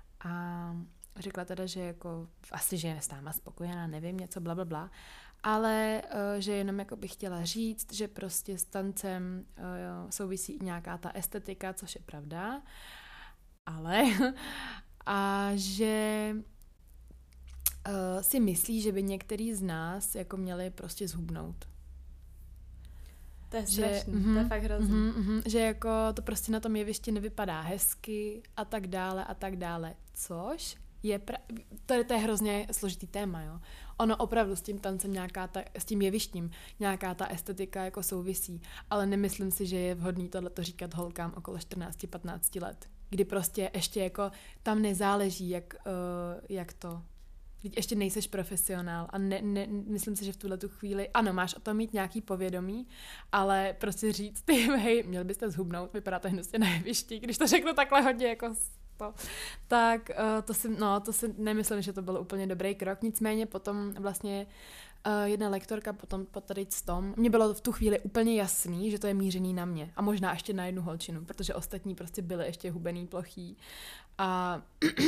a řekla teda, že jako asi, že je s náma spokojená, nevím, něco bla, bla, bla, ale uh, že jenom jako bych chtěla říct, že prostě s tancem uh, souvisí i nějaká ta estetika, což je pravda, ale a že uh, si myslí, že by některý z nás jako měli prostě zhubnout. To je Že, strašný, mhm, to je fakt hrozný. mhm, mhm, že jako to prostě na tom jevišti nevypadá hezky a tak dále a tak dále, což je, pra- to je, to je hrozně složitý téma, jo. Ono opravdu s tím tancem nějaká ta, s tím jevištím nějaká ta estetika jako souvisí, ale nemyslím si, že je vhodný tohleto říkat holkám okolo čtrnáct patnáct let, kdy prostě ještě jako tam nezáleží, jak, uh, jak to. Teď ještě nejseš profesionál a ne, ne, myslím si, že v tuhle tu chvíli, ano, máš o tom mít nějaký povědomí, ale prostě říct, ty, hej, měl byste zhubnout, vypadá to hnusně na jevišti, když to řeknu takhle hodně jako to, tak uh, to si, no, to si nemyslím, že to byl úplně dobrý krok, nicméně potom vlastně Uh, jedna lektorka potom po tady s tom, mně bylo v tu chvíli úplně jasný, že to je mířený na mě a možná ještě na jednu holčinu, protože ostatní prostě byly ještě hubený, plochý a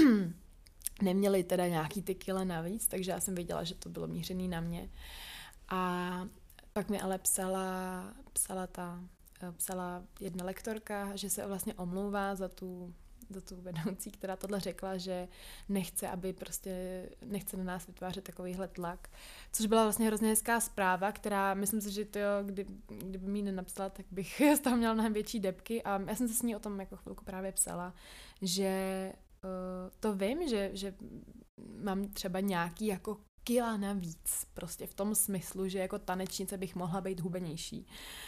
neměli teda nějaký ty kile navíc, takže já jsem věděla, že to bylo mířený na mě. A pak mi ale psala, psala ta, psala jedna lektorka, že se vlastně omlouvá za tu, za tu vedoucí, která tohle řekla, že nechce, aby prostě, nechce na nás vytvářet takovýhle tlak. Což byla vlastně hrozně hezká zpráva, která, myslím si, že to jo, kdy, kdyby mi ji nenapsala, tak bych z toho měla mnohem větší debky a já jsem se s ní o tom jako chvilku právě psala, že uh, to vím, že, že mám třeba nějaký jako kila navíc, prostě v tom smyslu, že jako tanečnice bych mohla být hubenější.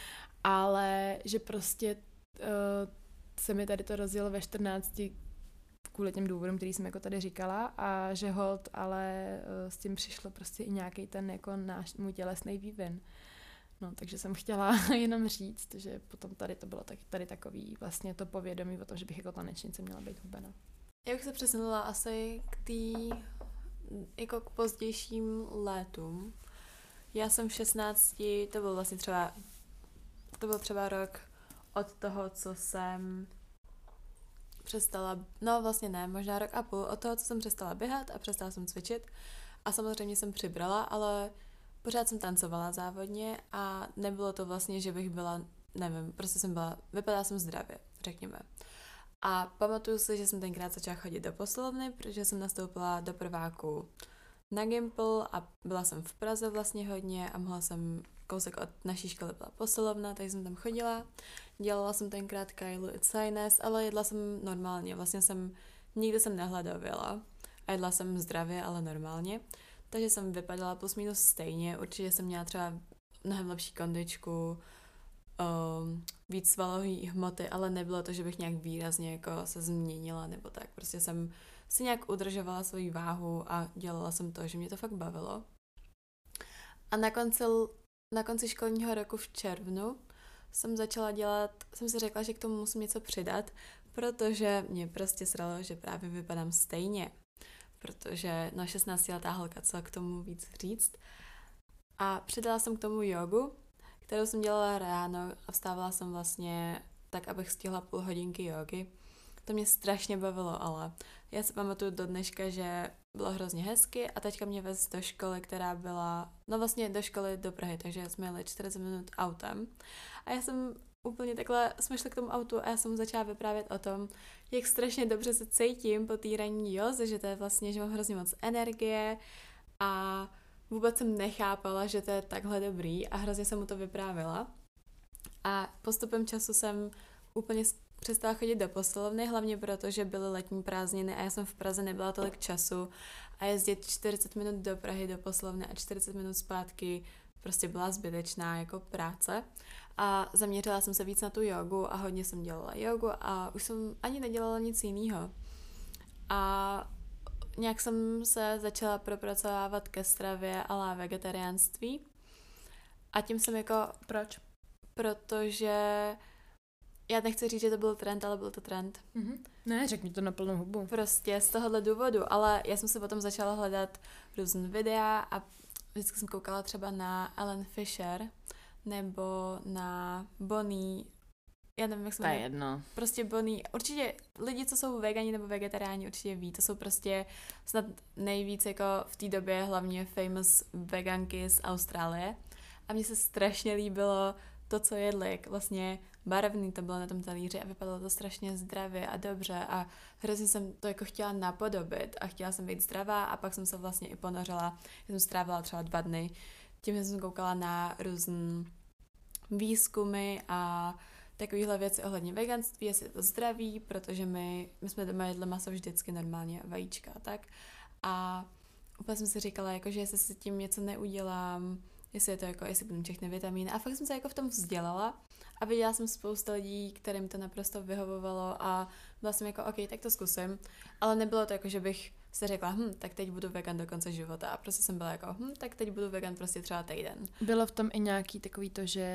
Ale že prostě uh, se mi tady to rozjelo ve čtrnácti kvůli těm důvodům, který jsem jako tady říkala a že hold, ale uh, s tím přišlo prostě i nějaký ten jako náš, můj tělesný vývin. No, takže jsem chtěla jenom říct, že potom tady to bylo tak, tady takový vlastně to povědomí o tom, že bych jako tanečnice měla být hubena. Já bych se přesunula asi k té jako k pozdějším létům. Já jsem v šestnácti, to byl vlastně třeba, to byl třeba rok od toho, co jsem přestala, no vlastně ne, možná rok a půl, od toho, co jsem přestala běhat a přestala jsem cvičit a samozřejmě jsem přibrala, ale pořád jsem tancovala závodně a nebylo to vlastně, že bych byla, nevím, prostě jsem byla, vypadala jsem zdravě, řekněme. A pamatuju si, že jsem tenkrát začala chodit do posilovny, protože jsem nastoupila do prváku na Gimple a byla jsem v Praze vlastně hodně a mohla jsem, kousek od naší školy byla posilovna, takže jsem tam chodila. Dělala jsem tenkrát Kailu i Cines, ale jedla jsem normálně, vlastně jsem, nikdy jsem nehladověla a jedla jsem zdravě, ale normálně. Takže jsem vypadala plus minus stejně, určitě jsem měla třeba mnohem lepší kondičku, Um, víc svalové hmoty, ale nebylo to, že bych nějak výrazně jako se změnila nebo tak. Prostě jsem si nějak udržovala svoji váhu a dělala jsem to, že mě to fakt bavilo. A na konci, na konci školního roku v červnu jsem začala dělat, jsem si řekla, že k tomu musím něco přidat, protože mě prostě sralo, že právě vypadám stejně. Protože no šestnáctiletá holka, co k tomu víc říct. A přidala jsem k tomu jogu, kterou jsem dělala ráno a vstávala jsem vlastně tak, abych stihla půl hodinky jógy. To mě strašně bavilo, ale já si pamatuju do dneška, že bylo hrozně hezky a teďka mě vez do školy, která byla, no vlastně do školy do Prahy, takže jsme jeli čtyřicet minut autem. A já jsem úplně takhle, jsme šli k tomu autu a já jsem mu začala vyprávět o tom, jak strašně dobře se cítím po té ranní józe, že to je vlastně, že mám hrozně moc energie a vůbec jsem nechápala, že to je takhle dobrý a hrozně jsem mu to vyprávěla. A postupem času jsem úplně přestala chodit do posilovny, hlavně proto, že byly letní prázdniny a já jsem v Praze nebyla tolik času a jezdit čtyřicet minut do Prahy do posilovny a čtyřicet minut zpátky prostě byla zbytečná jako práce. A zaměřila jsem se víc na tu jogu a hodně jsem dělala jogu a už jsem ani nedělala nic jiného. A nějak jsem se začala propracovávat ke stravě a vegetariánství. A tím jsem jako... Proč? Protože já nechci říct, že to byl trend, ale byl to trend. Mm-hmm. Ne, řekni to na plnou hubu. Prostě z tohohle důvodu, ale já jsem se potom začala hledat různé videa a vždycky jsem koukala třeba na Ellen Fisher nebo na Bonnie. Já nevím, jak se jmenuje. To je jedno. Prostě Bonnie. Určitě lidi, co jsou vegani nebo vegetariáni, určitě ví. To jsou prostě snad nejvíc jako v té době hlavně famous veganky z Austrálie. A mně se strašně líbilo to, co jedli, jak vlastně barevný to bylo na tom talíři a vypadalo to strašně zdravě a dobře a hrozně jsem to jako chtěla napodobit a chtěla jsem být zdravá a pak jsem se vlastně i ponořila. Já jsem strávila třeba dva dny tím, že jsem koukala na různé výzkumy a takovéhle věci ohledně veganství, jestli je to zdraví, protože my, my jsme doma jedli maso vždycky normálně, vajíčka a tak. A úplně jsem si říkala, jako, že jestli si tím něco neudělám, jestli je to jako, jestli budu všechny vitamíny. A fakt jsem se jako v tom vzdělala a viděla jsem spousta lidí, kterým to naprosto vyhovovalo a byla jsem jako, OK, tak to zkusím. Ale nebylo to jako, že bych si řekla, hm, tak teď budu vegan do konce života. A prostě jsem byla jako, hm, tak teď budu vegan prostě třeba týden. Bylo v tom i nějaký takový to, že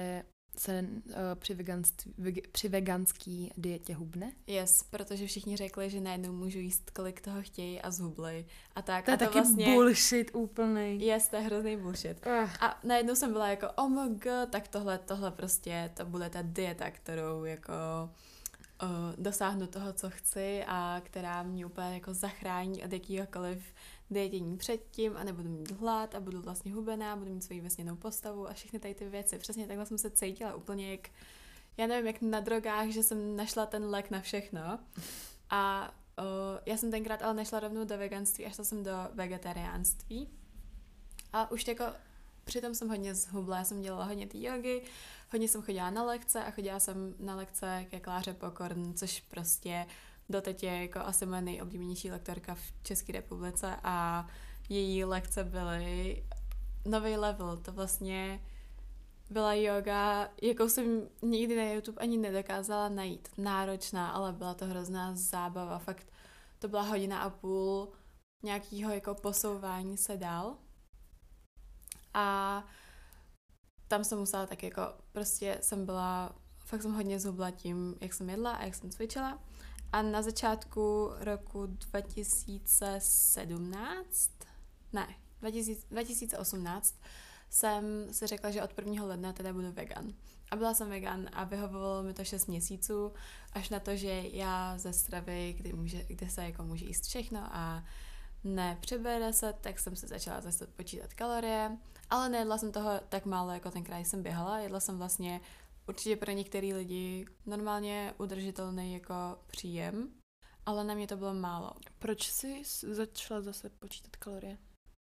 se uh, při, veganství, veg, při veganský dietě hubne? Yes, protože všichni řekli, že najednou můžu jíst, kolik toho chtějí a zhubli. A tak. To je a to taky vlastně, bullshit úplnej. Yes, to je hrozný bullshit. Uh. A najednou jsem byla jako, oh my god, tak tohle, tohle prostě, to bude ta dieta, kterou jako uh, dosáhnu toho, co chci a která mě úplně jako zachrání od jakýhokoliv dietění předtím a nebudu mít hlad a budu vlastně hubená, budu mít svoji vesněnou postavu a všechny tady ty věci. Přesně takhle jsem se cítila úplně jak, já nevím, jak na drogách, že jsem našla ten lék na všechno. A uh, já jsem tenkrát ale nešla rovnou do veganství, až šla jsem do vegetariánství. A už jako přitom jsem hodně zhubla, já jsem dělala hodně té jogy, hodně jsem chodila na lekce a chodila jsem na lekce ke Kláře Pokorn, což prostě doteď je jako asi moje nejoblíbenější lektorka v České republice a její lekce byly nový level, to vlastně byla yoga, jakou jsem nikdy na YouTube ani nedokázala najít. Náročná, ale byla to hrozná zábava, fakt to byla hodina a půl nějakého jako posouvání se dál. A tam jsem musela tak jako, prostě jsem byla, fakt jsem hodně zhubla tím, jak jsem jedla a jak jsem cvičila. A na začátku roku dva tisíce sedmnáct, ne, dva tisíce osmnáct jsem si řekla, že od prvního ledna teda budu vegan. A byla jsem vegan a vyhovovalo mi to šest měsíců, až na to, že já ze stravy, kdy, může, kde se jako může jíst všechno a nepřebere se, tak jsem se začala zase počítat kalorie, ale nejedla jsem toho tak málo, jako tenkrát jsem běhala, jedla jsem vlastně určitě pro některý lidi normálně udržitelný jako příjem, ale na mě to bylo málo. Proč jsi začala zase počítat kalorie?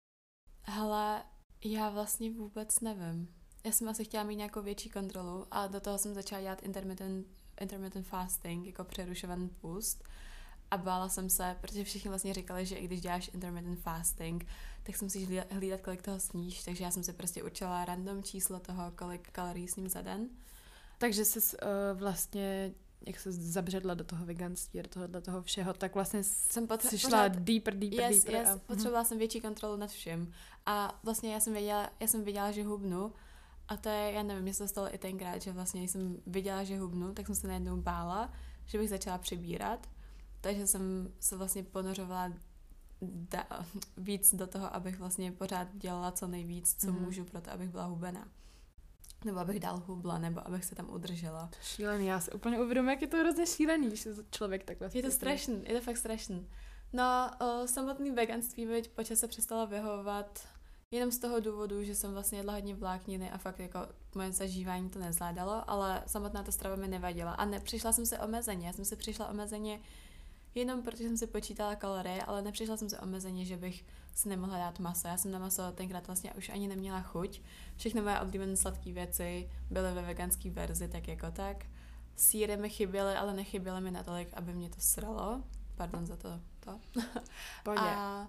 Hele, já vlastně vůbec nevím. Já jsem asi chtěla mít nějakou větší kontrolu a do toho jsem začala dělat intermittent, intermittent fasting, jako přerušovaný půst. A bála jsem se, protože všichni vlastně říkali, že i když děláš intermittent fasting, tak si musíš hlídat, kolik toho sníš, takže já jsem si prostě určila random číslo toho, kolik kalorií sním za den. Takže jsi uh, vlastně, jak se zabředla do toho veganství, do toho, do toho všeho, tak vlastně jsem potře- jsi šla pořád, deeper, deeper, yes, deeper. Yes, a... potřebovala jsem větší kontrolu nad vším. A vlastně já jsem věděla, já jsem věděla, že hubnu. A to je, já nevím, mě se to stalo i tenkrát, že vlastně jsem viděla, že hubnu, tak jsem se najednou bála, že bych začala přibírat. Takže jsem se vlastně ponořovala da- víc do toho, abych vlastně pořád dělala co nejvíc, co mm. můžu pro to, abych byla hubená. Nebo abych dál hubla, nebo abych se tam udržela. Šílený, já si úplně uvědomuji, jak je to hrozně šílený, když člověk takhle... Je to strašný, je to fakt strašný. No, o, samotný veganství mi po čase přestalo vyhovovat jenom z toho důvodu, že jsem vlastně jedla hodně vlákniny a fakt jako moje zažívání to nezvládalo, ale samotná ta strava mi nevadila. A nepřišla jsem se omezeně, já jsem si přišla omezeně jenom protože jsem si počítala kalorie, ale nepřišla jsem se omezeně, že bych si nemohla dát maso. Já jsem na maso tenkrát vlastně už ani neměla chuť. Všechny moje oblíbené sladké věci byly ve veganské verzi, tak jako tak. Sýry mi chyběly, ale nechyběly mi natolik, aby mě to sralo. Pardon za to. to. A,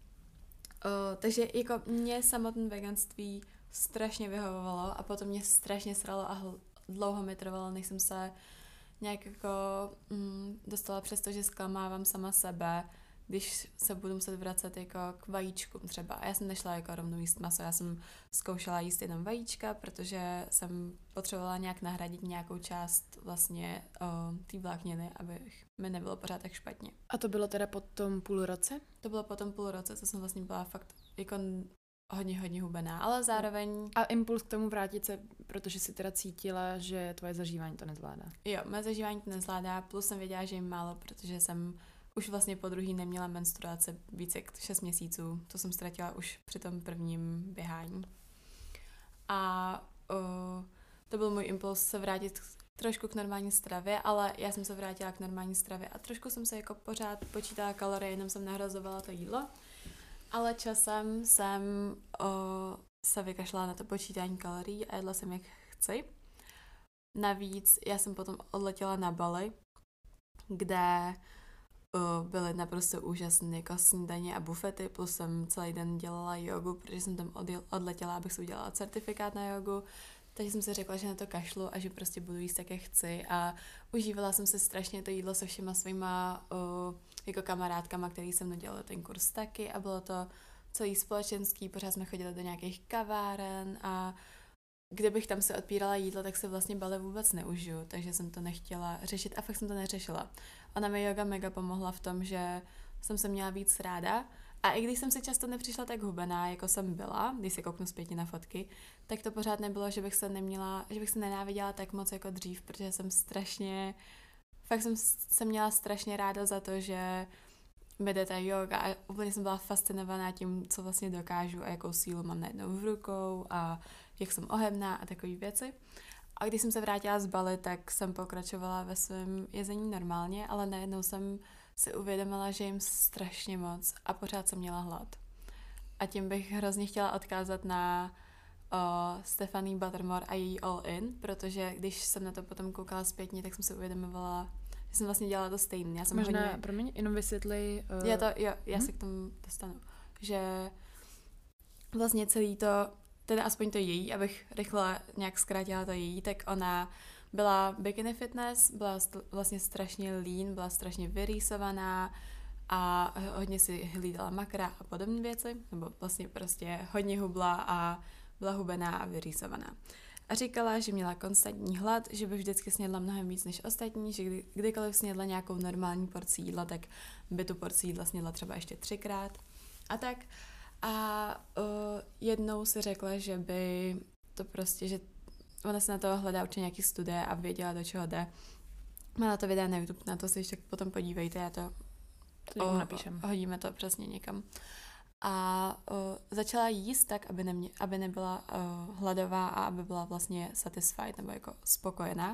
o, takže jako mě samotné veganství strašně vyhovovalo a potom mě strašně sralo a hl- dlouho mi trvalo, než jsem se nějak jako mm, dostala přes to, že zklamávám sama sebe, když se budu muset vracet jako k vajíčkům třeba. A já jsem nešla jako rovnou jíst maso, já jsem zkoušela jíst jenom vajíčka, protože jsem potřebovala nějak nahradit nějakou část vlastně té vlákniny, aby mi nebylo pořád tak špatně. A to bylo teda po tom půl roce? To bylo po tom půl roce, co jsem vlastně byla fakt jako hodně, hodně hubená, ale zároveň... A impuls k tomu vrátit se, protože si teda cítila, že tvoje zažívání to nezvládá. Jo, moje zažívání to nezvládá, plus jsem věděla, že jim málo, protože jsem už vlastně po druhý neměla menstruace více jak šest měsíců. To jsem ztratila už při tom prvním běhání. A uh, to byl můj impuls se vrátit trošku k normální stravě, ale já jsem se vrátila k normální stravě a trošku jsem se jako pořád počítala kalorie, jenom jsem nahrazovala to jídlo. Ale časem jsem uh, se vykašlala na to počítání kalorií a jedla jsem jak chci. Navíc já jsem potom odletěla na Bali, kde uh, byly naprosto úžasné jako snídaně a bufety, plus jsem celý den dělala jogu, protože jsem tam odjel, odletěla, abych si udělala certifikát na jogu. Takže jsem si řekla, že na to kašlu a že prostě budu jíst, jak chci. A užívala jsem se strašně to jídlo se všema svýma uh, jako kamarádkama, který jsem dělala ten kurz taky a bylo to celý společenský, pořád jsme chodili do nějakých kaváren a kdybych tam si odpírala jídlo, tak si vlastně bale vůbec neužiju, takže jsem to nechtěla řešit a fakt jsem to neřešila. Ona mi yoga mega pomohla v tom, že jsem se měla víc ráda a i když jsem si často nepřišla tak hubená, jako jsem byla, když se kouknu zpětně na fotky, tak to pořád nebylo, že bych se neměla, že bych se nenáviděla tak moc jako dřív, protože jsem strašně, fakt jsem se měla strašně ráda za to, že mi jde ta yoga a úplně jsem byla fascinovaná tím, co vlastně dokážu a jakou sílu mám najednou v rukou a jak jsem ohebná a takové věci. A když jsem se vrátila z Bali, tak jsem pokračovala ve svém jezení normálně, ale najednou jsem si uvědomila, že jim strašně moc a pořád jsem měla hlad. A tím bych hrozně chtěla odkázat na uh, Stephanie Buttermore a její All In, protože když jsem na to potom koukala zpětně, tak jsem si uvědomovala, že jsem vlastně dělala to stejné. Já jsem Možná, hodně... promiň, jenom vysvětli... Uh... Já to, jo, já hmm? se k tomu dostanu. Že vlastně celý to, teda aspoň to její, abych rychle nějak zkrátila to její, tak ona byla bikini fitness, byla st- vlastně strašně lean, byla strašně vyrýsovaná a hodně si hlídala makra a podobné věci, nebo vlastně prostě hodně hubla a byla hubená a vyrýsovaná. A říkala, že měla konstantní hlad, že by vždycky snědla mnohem víc než ostatní, že kdy, kdykoliv snědla nějakou normální porci jídla, tak by tu porci jídla snědla třeba ještě třikrát a tak. A uh, jednou si řekla, že by to prostě, že ona se na to hledá určitě nějaký studie a věděla, do čeho jde. Má na to videa na YouTube, na to si ještě potom podívejte, já to, to o, napíšem. Hodíme to přesně někam. A uh, začala jíst tak, aby, nemě, aby nebyla uh, hladová a aby byla vlastně satisfied, nebo jako spokojená.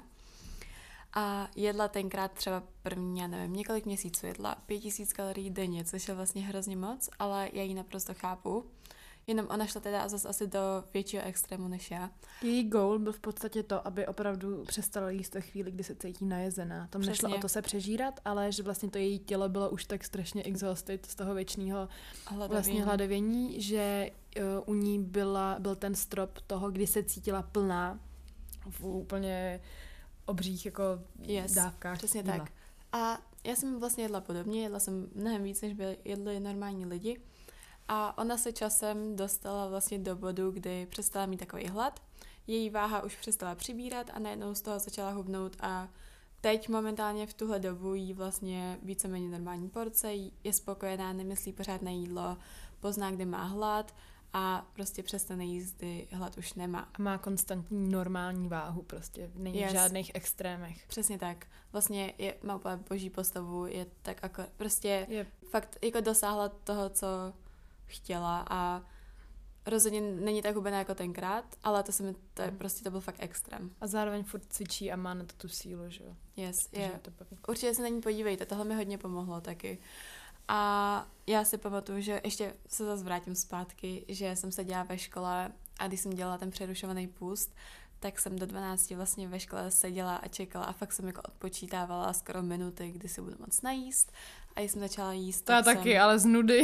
A jedla tenkrát třeba první, já nevím, několik měsíců jedla pět tisíc kalorií denně, což je vlastně hrozně moc, ale já ji naprosto chápu. Jenom ona šla teda zase asi do většího extrému než já. Její goal byl v podstatě to, aby opravdu přestala jíst ve chvíli, kdy se cítí najezená. Tam nešlo o to se přežírat, ale že vlastně to její tělo bylo už tak strašně exhausted z toho věčného vlastně hladovění, že uh, u ní byla, byl ten strop toho, kdy se cítila plná v úplně obřích jako yes, dávkách. Přesně jídla. Tak. A já jsem vlastně jedla podobně, jedla jsem mnohem víc, než by jedli normální lidi. A ona se časem dostala vlastně do bodu, kdy přestala mít takový hlad. Její váha už přestala přibírat a najednou z toho začala hubnout a teď momentálně v tuhle dobu jí vlastně víceméně normální porce, je spokojená, nemyslí pořád na jídlo, pozná, kdy má hlad a prostě přestane jíst, kdy hlad už nemá. A má konstantní normální váhu prostě, není yes. v žádných extrémech. Přesně tak. Vlastně je, má úplně boží postavu, je tak jako, prostě je fakt jako dosáhla toho, co chtěla a rozhodně není tak hubená jako tenkrát, ale to se mi, to je, prostě to byl fakt extrém. A zároveň furt cvičí a má na to tu sílu, že jo? Yes, je. To určitě se na ní podívejte, tohle mi hodně pomohlo taky. A já si pamatuju, že ještě se zase vrátím zpátky, že jsem seděla ve škole a když jsem dělala ten přerušovaný půst, tak jsem do dvanácti vlastně ve škole seděla a čekala a fakt jsem jako odpočítávala skoro minuty, kdy si budu moc najíst a když jsem začala jíst, to tak taky, jsem... ale z nudy.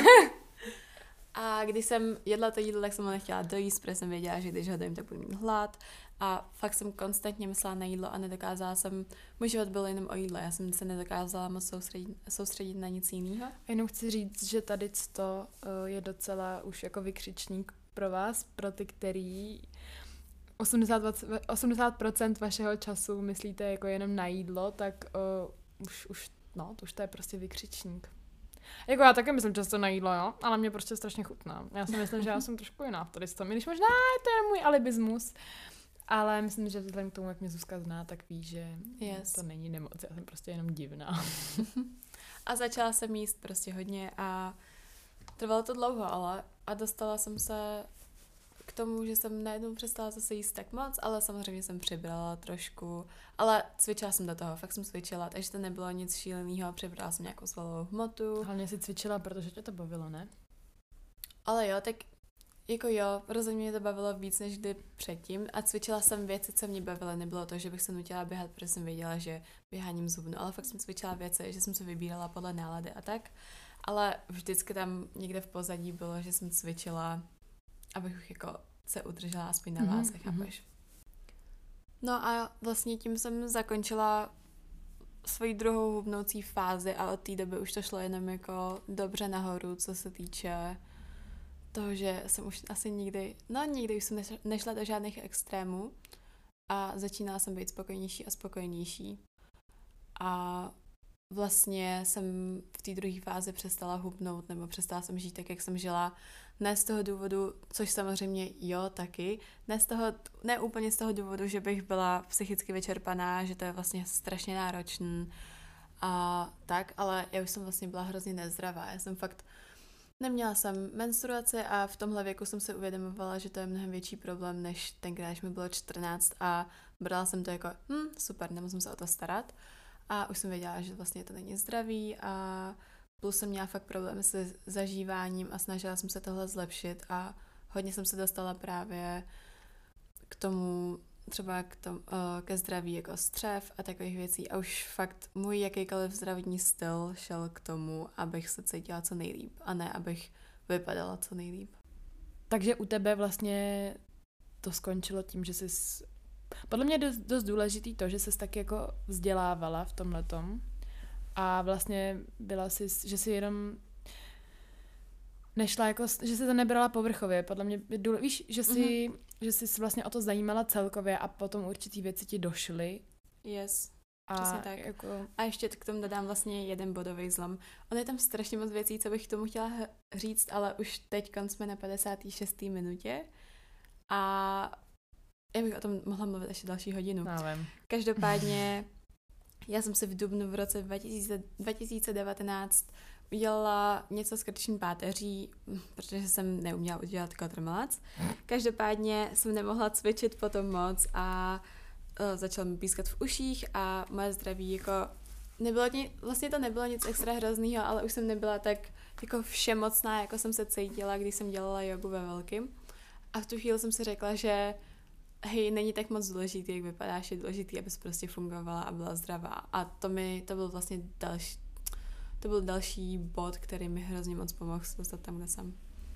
A když jsem jedla to jídlo, tak jsem ho nechtěla dojíst, protože jsem věděla, že když ho dojím, tak budu mít hlad. A fakt jsem konstantně myslela na jídlo a nedokázala jsem, můj život byl jenom o jídle, já jsem se nedokázala moc soustředit, soustředit na nic jiného. Jenom chci říct, že tady to je docela už jako vykřičník pro vás, pro ty, který osmdesát procent vašeho času myslíte jako jenom na jídlo, tak uh, už, už, no, to už to je prostě vykřičník. Jako já taky myslím často na jídlo, jo, ale mě prostě strašně chutná. Já si myslím, že já jsem trošku jiná v tady s tom, když možná to je můj alibismus, ale myslím, že vzhledem k tomu, jak mě Zuzka zná, tak ví, že yes. to není nemoc, já jsem prostě jenom divná. A začala jsem jíst prostě hodně a trvalo to dlouho, ale a dostala jsem se k tomu, že jsem najednou přestala zase jíst tak moc, ale samozřejmě jsem přibrala trošku, ale cvičila jsem do toho, fakt jsem cvičila, takže to nebylo nic šíleného, přibrala jsem nějakou svalovou hmotu. Hlavně si cvičila, protože tě to bavilo, ne? Ale jo, tak jako jo, rozhodně mě to bavilo víc než kdy předtím a cvičila jsem věci, co mě bavily, nebylo to, že bych se nutila běhat, protože jsem věděla, že běháním zhubnu, ale fakt jsem cvičila věci, že jsem se vybírala podle nálady a tak, ale vždycky tam někde v pozadí bylo, že jsem cvičila, abych jako se udržela aspoň na váze, mm-hmm. chápeš? No a vlastně tím jsem zakončila svoji druhou hubnoucí fázi a od té doby už to šlo jenom jako dobře nahoru, co se týče toho, že jsem už asi nikdy, no nikdy už jsem nešla, nešla do žádných extrémů a začínala jsem být spokojenější a spokojenější. A vlastně jsem v té druhé fázi přestala hubnout, nebo přestala jsem žít tak, jak jsem žila. Ne z toho důvodu, což samozřejmě jo, taky, ne, z toho, ne úplně z toho důvodu, že bych byla psychicky vyčerpaná, že to je vlastně strašně náročný a tak, ale já už jsem vlastně byla hrozně nezdravá. Já jsem fakt, neměla jsem menstruaci a v tomhle věku jsem se uvědomovala, že to je mnohem větší problém, než tenkrát, když mi bylo čtrnáct a brala jsem to jako, hm, super, nemusím se o to starat. A už jsem věděla, že vlastně to není zdravý a plus jsem měla fakt problémy se zažíváním a snažila jsem se tohle zlepšit a hodně jsem se dostala právě k tomu, třeba k tom, ke zdraví jako střev a takových věcí a už fakt můj jakýkoliv zdravotní styl šel k tomu, abych se cítila co nejlíp a ne abych vypadala co nejlíp. Takže u tebe vlastně to skončilo tím, že jsi... Podle mě je dost, dost důležitý to, že jsi taky jako vzdělávala v tomhletom a vlastně byla jsi, že jsi jenom nešla jako, že jsi to nebrala povrchově. Podle mě je důležitý, víš, že jsi, mm-hmm. že jsi vlastně o to zajímala celkově a potom určitý věci ti došly. Yes. A, přesně tak. Jako... a ještě k tomu dodám vlastně jeden bodový zlom. Ono je tam strašně moc věcí, co bych k tomu chtěla říct, ale už teď jsme na padesáté šesté minutě a já bych o tom mohla mluvit ještě další hodinu. Nevím. Každopádně já jsem si v dubnu v roce dva tisíce devatenáct udělala něco s krční páteří, protože jsem neuměla udělat kotrmelec. Každopádně jsem nemohla cvičit potom moc a uh, začala mi pískat v uších a moje zdraví jako nebylo ni, vlastně to nebylo nic extra hroznýho, ale už jsem nebyla tak jako všemocná, jako jsem se cítila, když jsem dělala jogu ve velkým. A v tu chvíli jsem si řekla, že hej, není tak moc důležitý, jak vypadáš, je důležitý, abys prostě fungovala a byla zdravá. A to mi, to byl vlastně další, to byl další bod, který mi hrozně moc pomohl se dostat tam, kde jsem.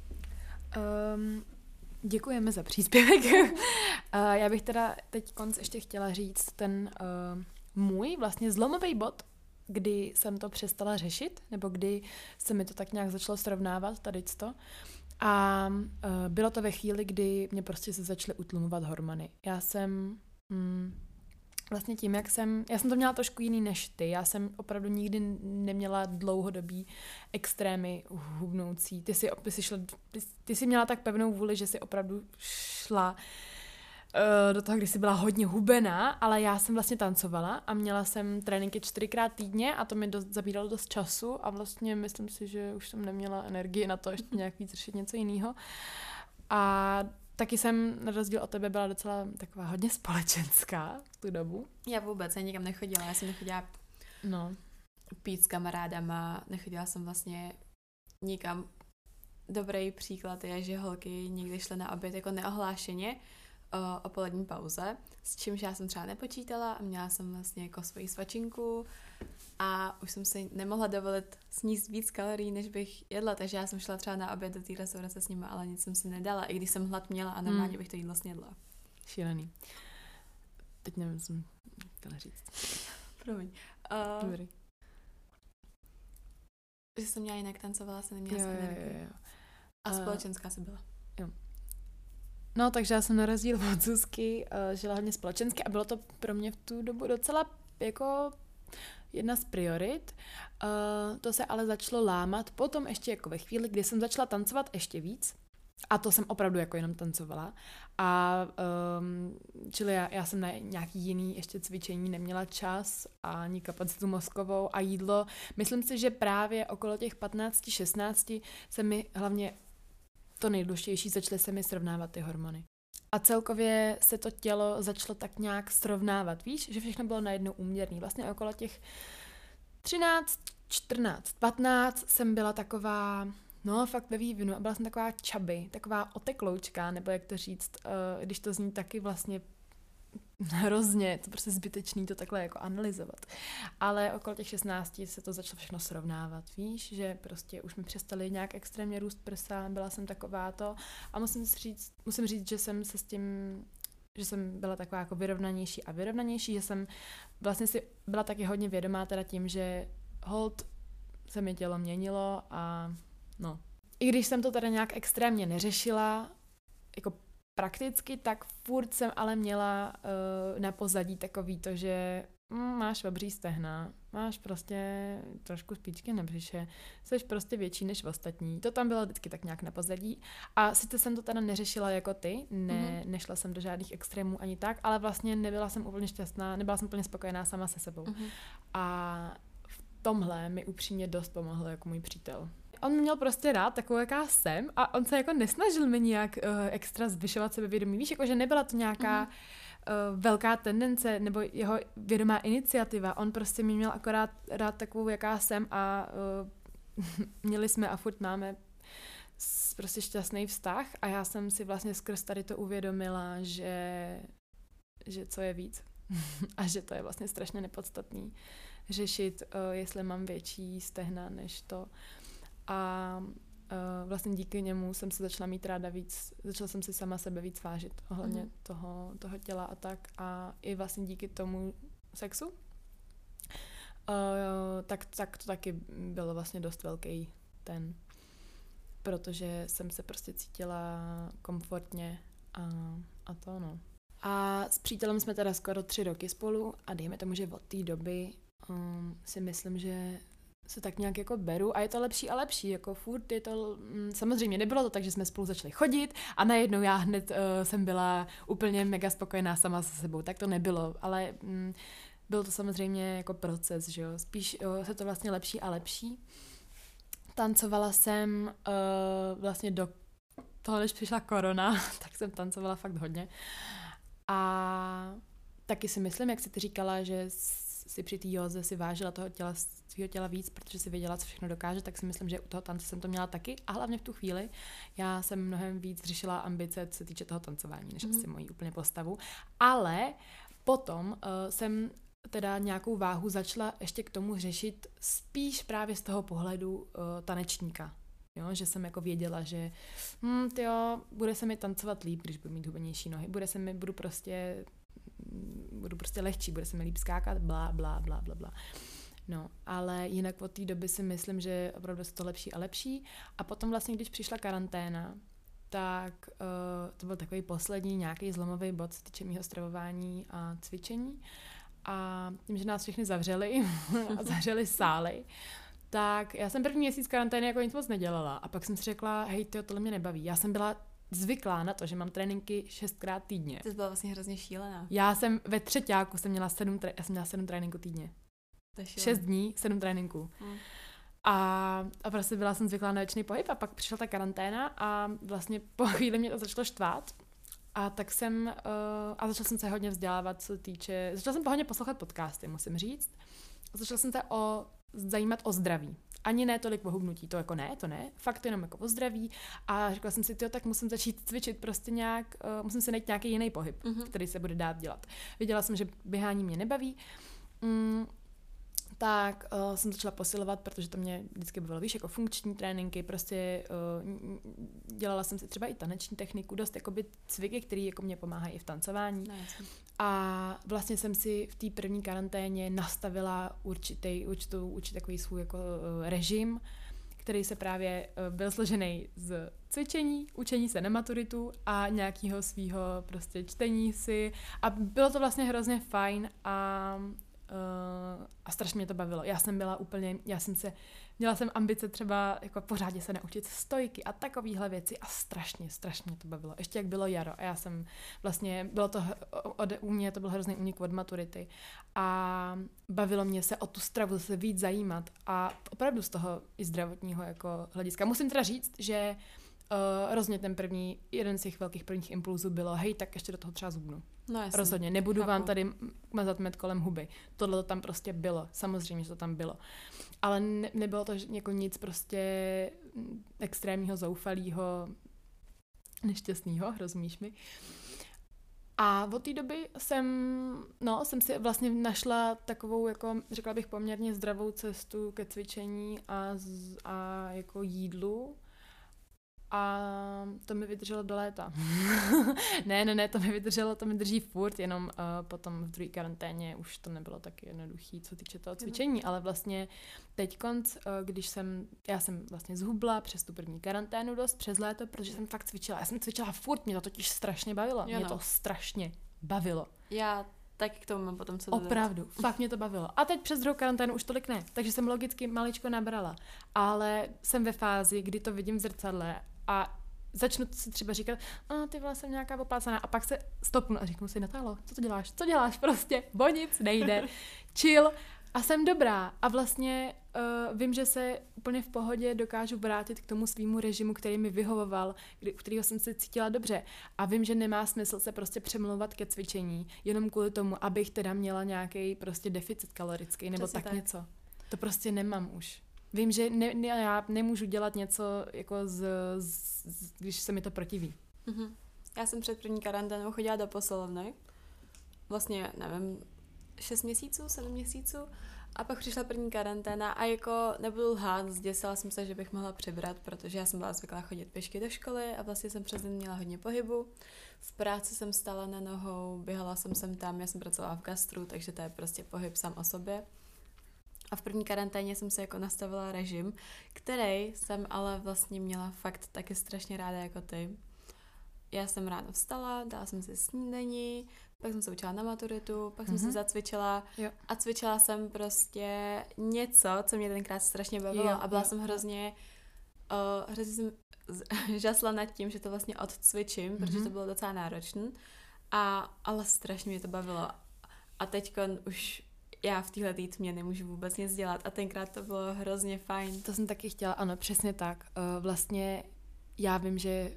Um, děkujeme za příspěvek. uh, já bych teda teď konc ještě chtěla říct ten uh, můj vlastně zlomový bod, kdy jsem to přestala řešit, nebo kdy se mi to tak nějak začalo srovnávat, tady to. A uh, bylo to ve chvíli, kdy mě prostě se začaly utlumovat hormony. Já jsem mm, vlastně tím, jak jsem, já jsem to měla trošku jiný než ty, já jsem opravdu nikdy neměla dlouhodobý extrémy hubnoucí. Ty jsi, ty jsi, šla, ty, ty jsi měla tak pevnou vůli, že jsi opravdu šla uh, do toho, kdy jsi byla hodně hubená, ale já jsem vlastně tancovala a měla jsem tréninky čtyřikrát týdně a to mi dost, zabíralo dost času a vlastně myslím si, že už jsem neměla energii na to ještě nějak víc řešit něco jiného. A taky jsem na rozdíl od tebe byla docela taková hodně společenská v tu dobu. Já vůbec, já nikam nechodila, já jsem nechodila no. pít s kamarádama, nechodila jsem vlastně nikam. Dobrý příklad je, že holky někdy šly na oběd jako neohlášeně o, o polední pauze, s čímž já jsem třeba nepočítala a měla jsem vlastně jako svoji svačinku a už jsem si nemohla dovolit sníst víc kalorií, než bych jedla, takže já jsem šla třeba na oběd do té restaurace s nimi, ale nic jsem si nedala, i když jsem hlad měla a normálně hmm. bych to jídlo snědla. Šílený. Teď nevím, co jsem chtěla říct. Promiň. Uh, Dobrý. Že jsem měla jinak tancovala, jsem neměla jo, se energii. Jo, jo. A společenská se byla. Jo. No, takže já jsem na rozdíl od Zuzky uh, žila hodně společensky a bylo to pro mě v tu dobu docela jako jedna z priorit. Uh, to se ale začalo lámat potom ještě jako ve chvíli, kdy jsem začala tancovat ještě víc. A to jsem opravdu jako jenom tancovala. A um, čili já, já jsem na nějaký jiný ještě cvičení neměla čas a ani kapacitu mozkovou a jídlo. Myslím si, že právě okolo těch patnáct šestnáct se mi hlavně to nejdůležitější, začaly se mi srovnávat ty hormony. A celkově se to tělo začalo tak nějak srovnávat. Víš, že všechno bylo najednou úměrný. Vlastně okolo těch třináct, čtrnáct, patnáct jsem byla taková, no fakt ve vývinu a byla jsem taková chubby, taková otekloučka, nebo jak to říct, uh, když to zní taky vlastně hrozně, to prostě zbytečný to takhle jako analyzovat. Ale okolo těch šestnácti se to začalo všechno srovnávat, víš, že prostě už mi přestali nějak extrémně růst prsa, byla jsem takováto a musím říct, musím říct, že jsem se s tím, že jsem byla taková jako vyrovnanější a vyrovnanější, že jsem vlastně si byla taky hodně vědomá teda tím, že hold se mi tělo měnilo a no, i když jsem to teda nějak extrémně neřešila, jako prakticky, tak furt jsem ale měla uh, na pozadí takový to, že mm, máš obří stehna, máš prostě trošku spíčky na břiše, jsi prostě větší než ostatní. To tam bylo vždycky tak nějak na pozadí. A sice jsem to teda neřešila jako ty, ne, mm-hmm. nešla jsem do žádných extrémů ani tak, ale vlastně nebyla jsem úplně šťastná, nebyla jsem úplně spokojená sama se sebou. Mm-hmm. A v tomhle mi upřímně dost pomohl jako můj přítel. On měl prostě rád takovou, jaká jsem, a on se jako nesnažil mi nějak uh, extra zvyšovat sebevědomí. Víš, jako že nebyla to nějaká mm-hmm. uh, velká tendence nebo jeho vědomá iniciativa. On prostě mě měl akorát rád takovou, jaká jsem, a uh, měli jsme a furt máme prostě šťastný vztah, a já jsem si vlastně skrz tady to uvědomila, že, že co je víc a že to je vlastně strašně nepodstatný řešit, uh, jestli mám větší stehna než to. A uh, vlastně díky němu jsem se začala mít ráda víc, začala jsem si sama sebe víc vážit ohledně mm. toho, toho těla a tak, a i vlastně díky tomu sexu, uh, tak, tak to taky bylo vlastně dost velký ten, protože jsem se prostě cítila komfortně a, a to no. A s přítelem jsme teda skoro tři roky spolu a dejme tomu, že od té doby um, si myslím, že se tak nějak jako beru a je to lepší a lepší, jako furt je to, mm, samozřejmě nebylo to tak, že jsme spolu začali chodit a najednou já hned uh, jsem byla úplně mega spokojená sama se sebou, tak to nebylo, ale mm, byl to samozřejmě jako proces, že jo, spíš uh, se to vlastně lepší a lepší. Tancovala jsem uh, vlastně do toho, než přišla korona, tak jsem tancovala fakt hodně a taky si myslím, jak jsi ty říkala, že si při té józe si vážila toho těla, svého těla víc, protože si věděla, co všechno dokáže, tak si myslím, že u toho tance jsem to měla taky, a hlavně v tu chvíli já jsem mnohem víc řešila ambice, co se týče toho tancování, než mm. asi mojí úplně postavu, ale potom uh, jsem teda nějakou váhu začala ještě k tomu řešit spíš právě z toho pohledu uh, tanečníka. Jo, že jsem jako věděla, že hm, tyjo, bude se mi tancovat líp, když budu mít hubenější nohy, bude se mi, budu prostě budu prostě lehčí, bude se mi líp skákat, blá, blá, blá, blá, blá. No, ale jinak od té doby si myslím, že opravdu se to lepší a lepší. A potom vlastně, když přišla karanténa, tak uh, to byl takový poslední nějaký zlomový bod, co se týče mýho stravování a cvičení. A tím, že nás všechny zavřeli a zavřeli sály, tak já jsem první měsíc karantény jako nic moc nedělala. A pak jsem si řekla, hej, tyjo, tohle mě nebaví. Já jsem byla zvyklá na to, že mám tréninky šestkrát týdně. To byla vlastně hrozně šílená. Já jsem ve třeťáku jsem měla sedm, tré- já jsem měla sedm tréninků týdně. Šest dní, sedm tréninků. Hmm. A, a prostě byla jsem zvyklá na věčný pohyb a pak přišla ta karanténa a vlastně po chvíli mě to začalo štvát. A tak jsem, uh, a začala jsem se hodně vzdělávat, co týče, začala jsem hodně poslouchat podcasty, musím říct. A začala jsem se o, zajímat o zdraví. Ani ne tolik o hubnutí, to jako ne, to ne, fakt jenom jako o zdraví. A řekla jsem si, tyjo, tak musím začít cvičit prostě nějak, uh, musím se najít nějaký jiný pohyb, mm-hmm. který se bude dát dělat. Viděla jsem, že běhání mě nebaví, mm, tak uh, jsem začala posilovat, protože to mě vždycky bavilo, víš, jako funkční tréninky, prostě uh, dělala jsem si třeba i taneční techniku, dost jakoby cviky, které jako mě pomáhají i v tancování. No, a vlastně jsem si v té první karanténě nastavila určitý, určitou, určitý takový svůj jako uh, režim, který se právě uh, byl složený z cvičení, učení se na maturitu a nějakého svýho prostě čtení si. A bylo to vlastně hrozně fajn a Uh, a strašně mě to bavilo. Já jsem byla úplně, já jsem se, měla jsem ambice třeba jako pořádně se naučit stojky a takovýhle věci a strašně, strašně mě to bavilo. Ještě jak bylo jaro a já jsem vlastně, bylo to, od, u mě to byl hrozný únik od maturity a bavilo mě se o tu stravu se víc zajímat a opravdu z toho i zdravotního jako hlediska. Musím teda říct, že Uh, rozhodně ten první, jeden z těch velkých prvních impulzů bylo, hej, tak ještě do toho třeba zhubnu. No jasně. Rozhodně, nebudu Chápu. vám tady mazat med kolem huby. Tohle to tam prostě bylo, samozřejmě, že to tam bylo. Ale ne, nebylo to jako nic prostě extrémního, zoufalého, nešťastného, rozumíš mi? A od té doby jsem, no, jsem si vlastně našla takovou, jako řekla bych, poměrně zdravou cestu ke cvičení a, z, a jako jídlu. A to mi vydrželo do léta. ne, ne, ne, to mi vydrželo, to mi drží furt, jenom uh, potom v druhé karanténě už to nebylo tak jednoduchý, co týče toho cvičení, ale vlastně teďkonc, uh, když jsem, já jsem vlastně zhubla přes tu první karanténu dost, přes léto, protože jsem fakt cvičila. Já jsem cvičila furt, mě to totiž strašně bavilo. Jo, mě no. to strašně bavilo. Já taky k tomu mám potom co dodat. Opravdu, fakt mě to bavilo. A teď přes druhou karanténu už tolik ne, takže jsem logicky maličko nabrala. Ale jsem ve fázi, kdy to vidím v zrcadle a začnu si třeba říkat, a ty vole, jsem nějaká poplácaná, a pak se stopnu a říknu si, Natálo, co to děláš? Co děláš prostě? Bo nic nejde. Chill. A jsem dobrá. A vlastně uh, vím, že se úplně v pohodě dokážu vrátit k tomu svýmu režimu, který mi vyhovoval, kdy, u kterého jsem se cítila dobře. A vím, že nemá smysl se prostě přemlouvat ke cvičení, jenom kvůli tomu, abych teda měla nějaký prostě deficit kalorický, nebo tak, tak něco. To prostě nemám už. Vím, že ne, ne, já nemůžu dělat něco, jako z, z, když se mi to protiví. Mm-hmm. Já jsem před první karanténou chodila do posilovny. Vlastně, nevím, šest měsíců, sedm měsíců. A pak přišla první karanténa a jako nebudu lhát, zděsila jsem se, že bych mohla přibrat, protože já jsem byla zvyklá chodit pěšky do školy a vlastně jsem přes den měla hodně pohybu. V práci jsem stála na nohou, běhala jsem sem tam, já jsem pracovala v gastru, takže to je prostě pohyb sám o sobě. A v první karanténě jsem se jako nastavila režim, který jsem ale vlastně měla fakt taky strašně ráda jako ty. Já jsem ráno vstala, dala jsem si snídani, pak jsem se učila na maturitu, pak mm-hmm. jsem se zacvičila jo. a cvičila jsem prostě něco, co mě tenkrát strašně bavilo jo, a byla jo. jsem hrozně, uh, hrozně jsem žasla nad tím, že to vlastně odcvičím, mm-hmm. protože to bylo docela náročné, a, ale strašně mě to bavilo. A teďko už já v téhle tmě nemůžu vůbec nic dělat a tenkrát to bylo hrozně fajn. To jsem taky chtěla, ano, přesně tak. Uh, vlastně já vím, že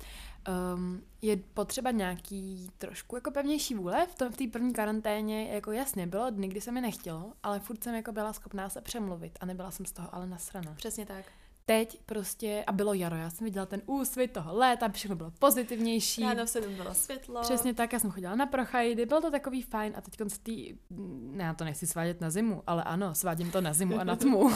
Um, je potřeba nějaký trošku jako pevnější vůle. V, tom, v té první karanténě jako jasně bylo dny, kdy se mi nechtělo, ale furt jsem jako byla schopná se přemluvit a nebyla jsem z toho ale nasraná. Přesně tak. Teď prostě, a bylo jaro, já jsem viděla ten úsvit toho léta, všechno bylo pozitivnější. Ráno v sedm bylo světlo. Přesně tak, já jsem chodila na prochajdy, bylo to takový fajn a teď z tý, ne, já to nechci svádět na zimu, ale ano, svádím to na zimu a na tmu.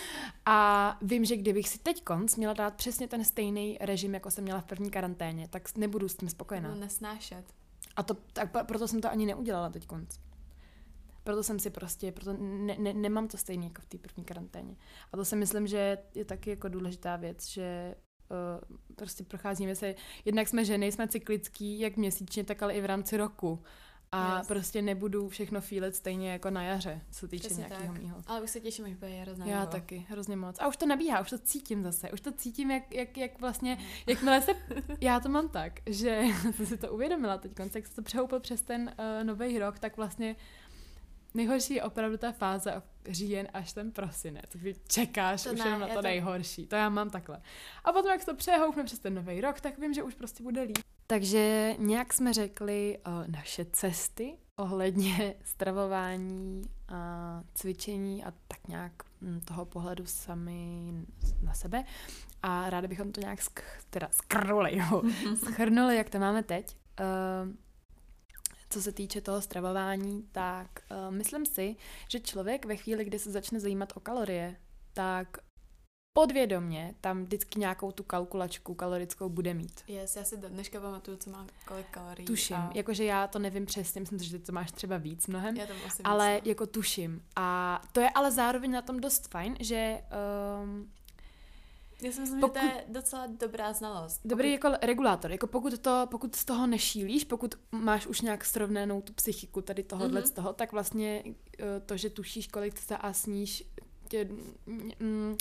A vím, že kdybych si teď měla dát přesně ten stejný režim, jako jsem měla v první karanténě, tak nebudu s tím spokojená. No, nesnášet. A to, tak proto jsem to ani neudělala teď konc. Proto jsem si prostě, proto ne, ne, nemám to stejný jako v té první karanténě. A to si myslím, že je taky jako důležitá věc, že uh, prostě procházíme se, jednak jsme ženy, jsme cyklický, jak měsíčně, tak ale i v rámci roku. A yes. prostě nebudu všechno fílet stejně jako na jaře, co týče přesně nějakého tak. mýho. Ale už se těším, až bude jaro znovu. Já taky, hrozně moc. A už to nabíhá, už to cítím zase. Už to cítím, jak, jak, jak vlastně, jakmile se, já to mám tak, že jsem si to uvědomila teď, jak se to přehoupil přes ten uh, nový rok, tak vlastně nejhorší je opravdu ta fáze říjen až ten prosinec, kdy čekáš to už ne, jenom na to, to nejhorší. To já mám takhle. A potom, jak se to přehoupne přes ten nový rok, tak vím, že už prostě bude líp. Takže nějak jsme řekli uh, naše cesty ohledně stravování a cvičení a tak nějak m, toho pohledu sami na sebe. A ráda bychom to nějak sk- teda skrnuli, jo. Schrnuli, jak to máme teď. Uh, Co se týče toho stravování, tak uh, myslím si, že člověk ve chvíli, kdy se začne zajímat o kalorie, tak podvědomě tam vždycky nějakou tu kalkulačku kalorickou bude mít. Yes, já si do dneška pamatuju, co má kolik kalorií. Tuším, a... jakože já to nevím přesně, myslím si, že to máš třeba víc mnohem, já tam asi ale víc, no. jako tuším. A to je ale zároveň na tom dost fajn, že... Um, Já si myslím, pokud, že to je docela dobrá znalost. Dobrý pokud... jako regulátor. Jako pokud, to, pokud z toho nešílíš, pokud máš už nějak srovnanou tu psychiku tady tohohle mm-hmm. z toho, tak vlastně to, že tušíš, kolik se a sníš, tě, mm,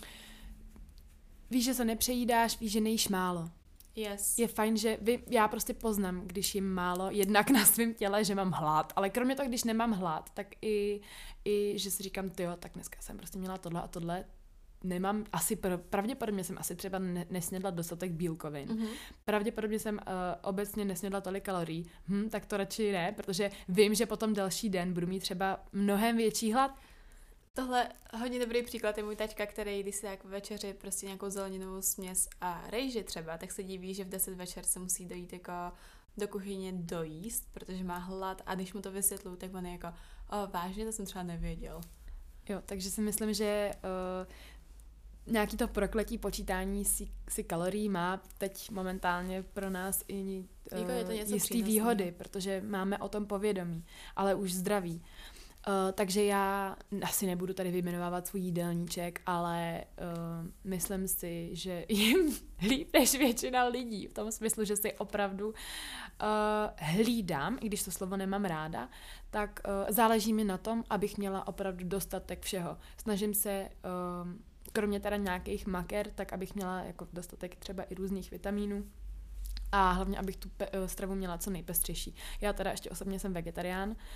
víš, že se nepřejídáš, víš, že nejíš málo. Yes. Je fajn, že vy, já prostě poznám, když jim málo, jednak na svém těle, že mám hlad, ale kromě toho, když nemám hlad, tak i, i že si říkám, tyjo, tak dneska jsem prostě měla tohle a tohle, nemám, asi pr- pravděpodobně jsem asi třeba ne- nesnědla dostatek bílkovin. Mm-hmm. Pravděpodobně jsem uh, obecně nesnědla tolik kalorií. Hm, tak to radši ne, protože vím, že potom další den budu mít třeba mnohem větší hlad. Tohle hodně dobrý příklad je můj taťka, který když si jak večeři prostě nějakou zeleninovou směs a rejži třeba, tak se diví, že v deset večer se musí dojít jako do kuchyně dojíst, protože má hlad, a když mu to vysvětluju, tak on je jako, o, vážně, to jsem třeba nevěděl. Jo, takže si myslím, že uh, nějaký to prokletí počítání si, si kalorií má teď momentálně pro nás i jako je to něco jistý přínosný. výhody, protože máme o tom povědomí, ale už zdraví. Uh, takže já asi nebudu tady vyjmenovávat svůj jídelníček, ale uh, myslím si, že jim líp než většina lidí, v tom smyslu, že si opravdu uh, hlídám, i když to slovo nemám ráda, tak uh, záleží mi na tom, abych měla opravdu dostatek všeho. Snažím se, uh, kromě teda nějakých maker, tak abych měla jako dostatek třeba i různých vitamínů a hlavně, abych tu pe- uh, stravu měla co nejpestřejší. Já teda ještě osobně jsem vegetarián, uh,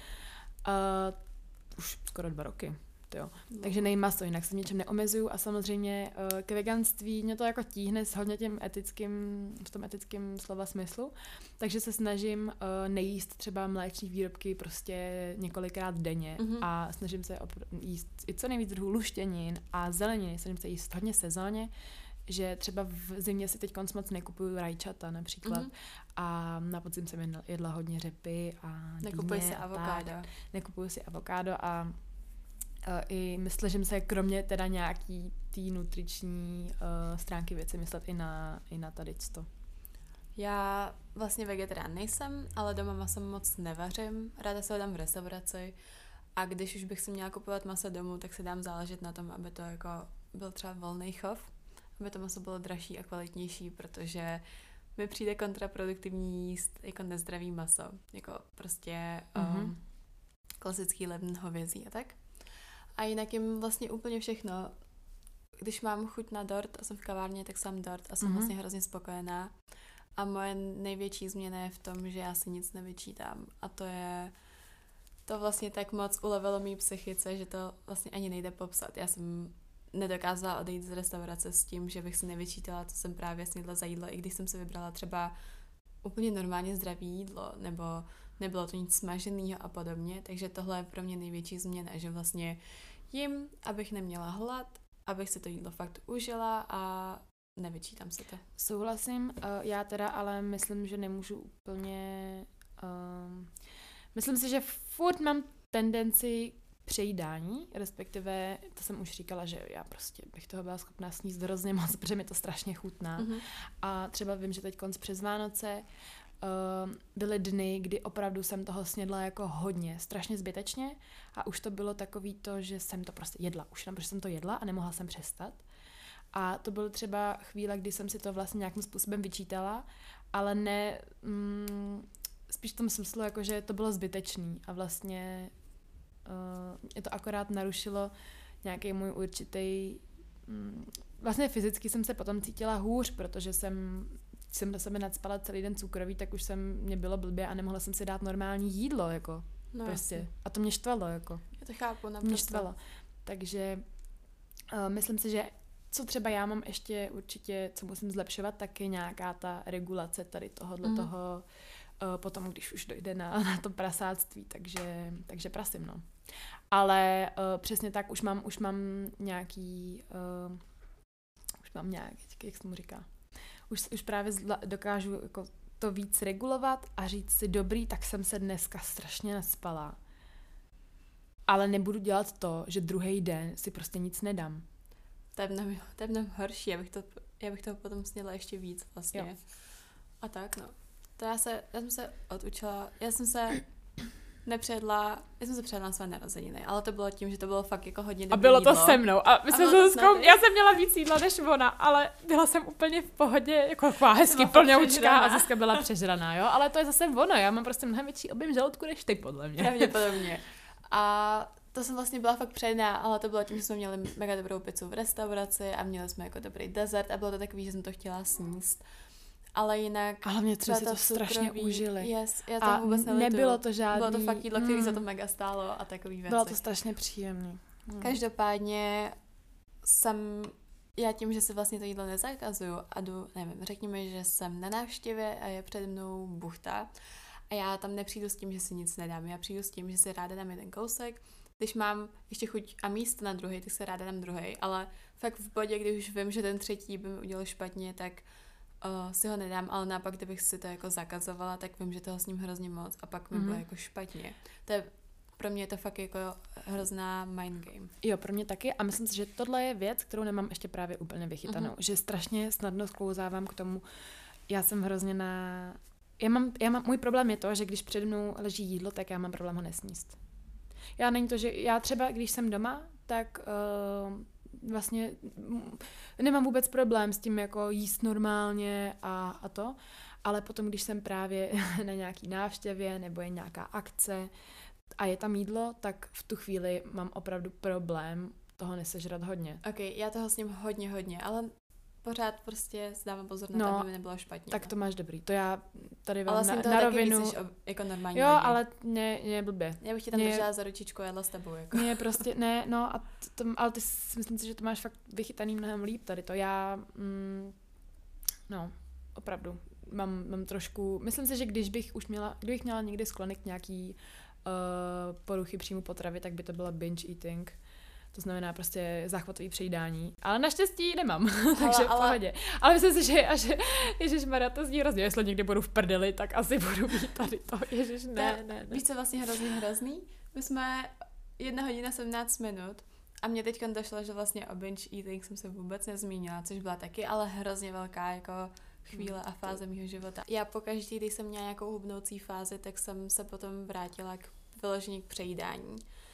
už skoro dva roky. Jo. No. Takže nejím maso, jinak se v něčem neomezuju a samozřejmě uh, k veganství mě to jako tíhne s hodně tím etickým, v tom etickém slova smyslu, takže se snažím uh, nejíst třeba mléčné výrobky prostě několikrát denně mm-hmm. a snažím se opr- jíst i co nejvíc druhů luštěnin a zeleniny, snažím se jíst hodně sezóně, že třeba v zimě si teď moc nekupuju rajčata například mm-hmm. a na podzim jsem jedla hodně řepy a nekupuji si avokádo. Nekupuju si avokádo a uh, i myslím se kromě teda nějaký tý nutriční uh, stránky věci myslet i na, i na tady to. Já vlastně vegetarián nejsem, ale doma maso moc nevařím, ráda se ho dám v restauraci a když už bych si měla kupovat maso domů, tak se dám záležet na tom, aby to jako byl třeba volný chov, aby to maso bylo dražší a kvalitnější, protože mi přijde kontraproduktivní jíst jako nezdravý maso, jako prostě mm-hmm. um, klasický levný hovězí a tak. A jinak jim vlastně úplně všechno. Když mám chuť na dort a jsem v kavárně, tak jsem dort a jsem mm-hmm. vlastně hrozně spokojená. A moje největší změna je v tom, že já si nic nevyčítám. A to je to vlastně tak moc ulevilo mý psychice, že to vlastně ani nejde popsat. Já jsem nedokázala odejít z restaurace s tím, že bych si nevyčítala, co jsem právě snědla za jídlo, i když jsem si vybrala třeba úplně normálně zdravý jídlo, nebo nebylo to nic smaženého a podobně, takže tohle je pro mě největší změna, že vlastně jim, abych neměla hlad, abych si to jídlo fakt užila a nevyčítám se to. Souhlasím, já teda ale myslím, že nemůžu úplně, um, myslím si, že furt mám tendenci přejídání, respektive, to jsem už říkala, že já prostě bych toho byla schopná sníst hrozně moc, protože mi to strašně chutná. Mm-hmm. A třeba vím, že teď konc přes Vánoce uh, byly dny, kdy opravdu jsem toho snědla jako hodně, strašně zbytečně a už to bylo takový to, že jsem to prostě jedla, už jenom, protože jsem to jedla a nemohla jsem přestat. A to bylo třeba chvíle, kdy jsem si to vlastně nějakým způsobem vyčítala, ale ne, mm, spíš v tom smyslu, jako, že to bylo zbytečný a vlastně Uh, je to akorát narušilo nějaký můj určitý... Um, vlastně fyzicky jsem se potom cítila hůř, protože jsem, jsem do sebe nacpala celý den cukroví, tak už jsem, mě bylo blbě a nemohla jsem si dát normální jídlo, jako no, prostě. Jasně. A to mě štvalo, jako. Já to chápu, naprosto. Mě štvalo. Takže uh, myslím si, že co třeba já mám ještě určitě, co musím zlepšovat, tak je nějaká ta regulace tady tohohle mm. toho potom, když už dojde na, na to prasáctví, takže, takže prasím, no. Ale uh, přesně tak, už mám, už mám nějaký, uh, už mám nějaký, jak se mu říká, už, už právě zla, dokážu jako to víc regulovat a říct si, dobrý, tak jsem se dneska strašně naspala. Ale nebudu dělat to, že druhý den si prostě nic nedám. To je mnohem, to je mnohem horší, já bych, to, já bych toho potom sněla ještě víc vlastně. Jo. A tak, no. To já se, já jsem se odučila, já jsem se nepředla, já jsem se předla na své narozeniny, ale to bylo tím, že to bylo fakt jako hodně dobrý. A bylo to jídlo. se mnou a my jsme se zkou... já jsem měla víc jídla než ona, ale byla jsem úplně v pohodě, jako taková hezky plňoučka a Zuzka byla přežraná, jo, ale to je zase ono, já mám prostě mnohem větší objem žaludku než ty, podle mě. Pravděpodobně. A to jsem vlastně byla fakt předná, ale to bylo tím, že jsme měli mega dobrou pizzu v restauraci a měli jsme jako dobrý dezert a bylo to takový, že jsem to chtěla sníst. Ale jinak... A hlavně třeba si to strašně užili. Yes, já to a vůbec nelituju. Nebylo to žádný... Bylo to fakt jídlo, který mm, za to mega stálo a takový věci. Bylo to strašně příjemný. Mm. Každopádně jsem... Já tím, že si vlastně to jídlo nezakazuju a jdu, nevím, řekněme, že jsem na návštěvě a je přede mnou buchta a já tam nepřijdu s tím, že si nic nedám. Já přijdu s tím, že si ráda dám jeden kousek. Když mám ještě chuť a místo na druhý, tak se ráda dám druhý, ale fakt v bodě, když už vím, že ten třetí by mi udělal špatně, tak uh, si ho nedám, ale naopak, kdybych si to jako zakazovala, tak vím, že toho s ním hrozně moc a pak mi mm-hmm. bylo jako špatně. To je pro mě je to fakt jako hrozná mind game. Jo, pro mě taky a myslím si, že tohle je věc, kterou nemám ještě právě úplně vychytanou, uh-huh. že strašně snadno sklouzávám k tomu, já jsem hrozně na... Já mám, já mám, můj problém je to, že když přede mnou leží jídlo, tak já mám problém ho nesníst. Já není to, že já třeba, když jsem doma, tak uh, vlastně nemám vůbec problém s tím jako jíst normálně a, a to, ale potom, když jsem právě na nějaký návštěvě nebo je nějaká akce a je tam jídlo, tak v tu chvíli mám opravdu problém toho nesežrat hodně. Ok, já toho s ním hodně, hodně, ale pořád prostě dávám pozor na no, to, aby mi nebylo špatně. Tak to máš dobrý. To já tady vám ale na, to na rovinu... víc, jako normální jo, hodně. ale mě, mě je blbě. Já bych ti tam mě... držela za ručičku a jedla s tebou. Jako. Mě prostě, ne, no, a to, ale ty si myslím si, že to máš fakt vychytaný mnohem líp tady to. Já, mm, no, opravdu, mám, mám trošku, myslím si, že když bych už měla, kdybych měla někdy sklonek nějaký uh, poruchy příjmu potravy, tak by to byla binge eating. To znamená prostě záchvatový přejídání. Ale naštěstí nemám, takže v pohodě. Ale myslím si, že až ježišmarja, to zní hrozně, jestli někdy budu v prdeli, tak asi budu mít tady to, ježiš, ne, ne, ne. Víš, co vlastně hrozný, hrozný? My jsme jedna hodina sedmnáct minut a mě teď došlo, že vlastně o binge eating jsem se vůbec nezmínila, což byla taky, ale hrozně velká jako chvíle a fáze mýho života. Já pokaždý, když jsem měla nějakou hubnoucí fázi, tak jsem se potom vrátila k vyložení k přejídání.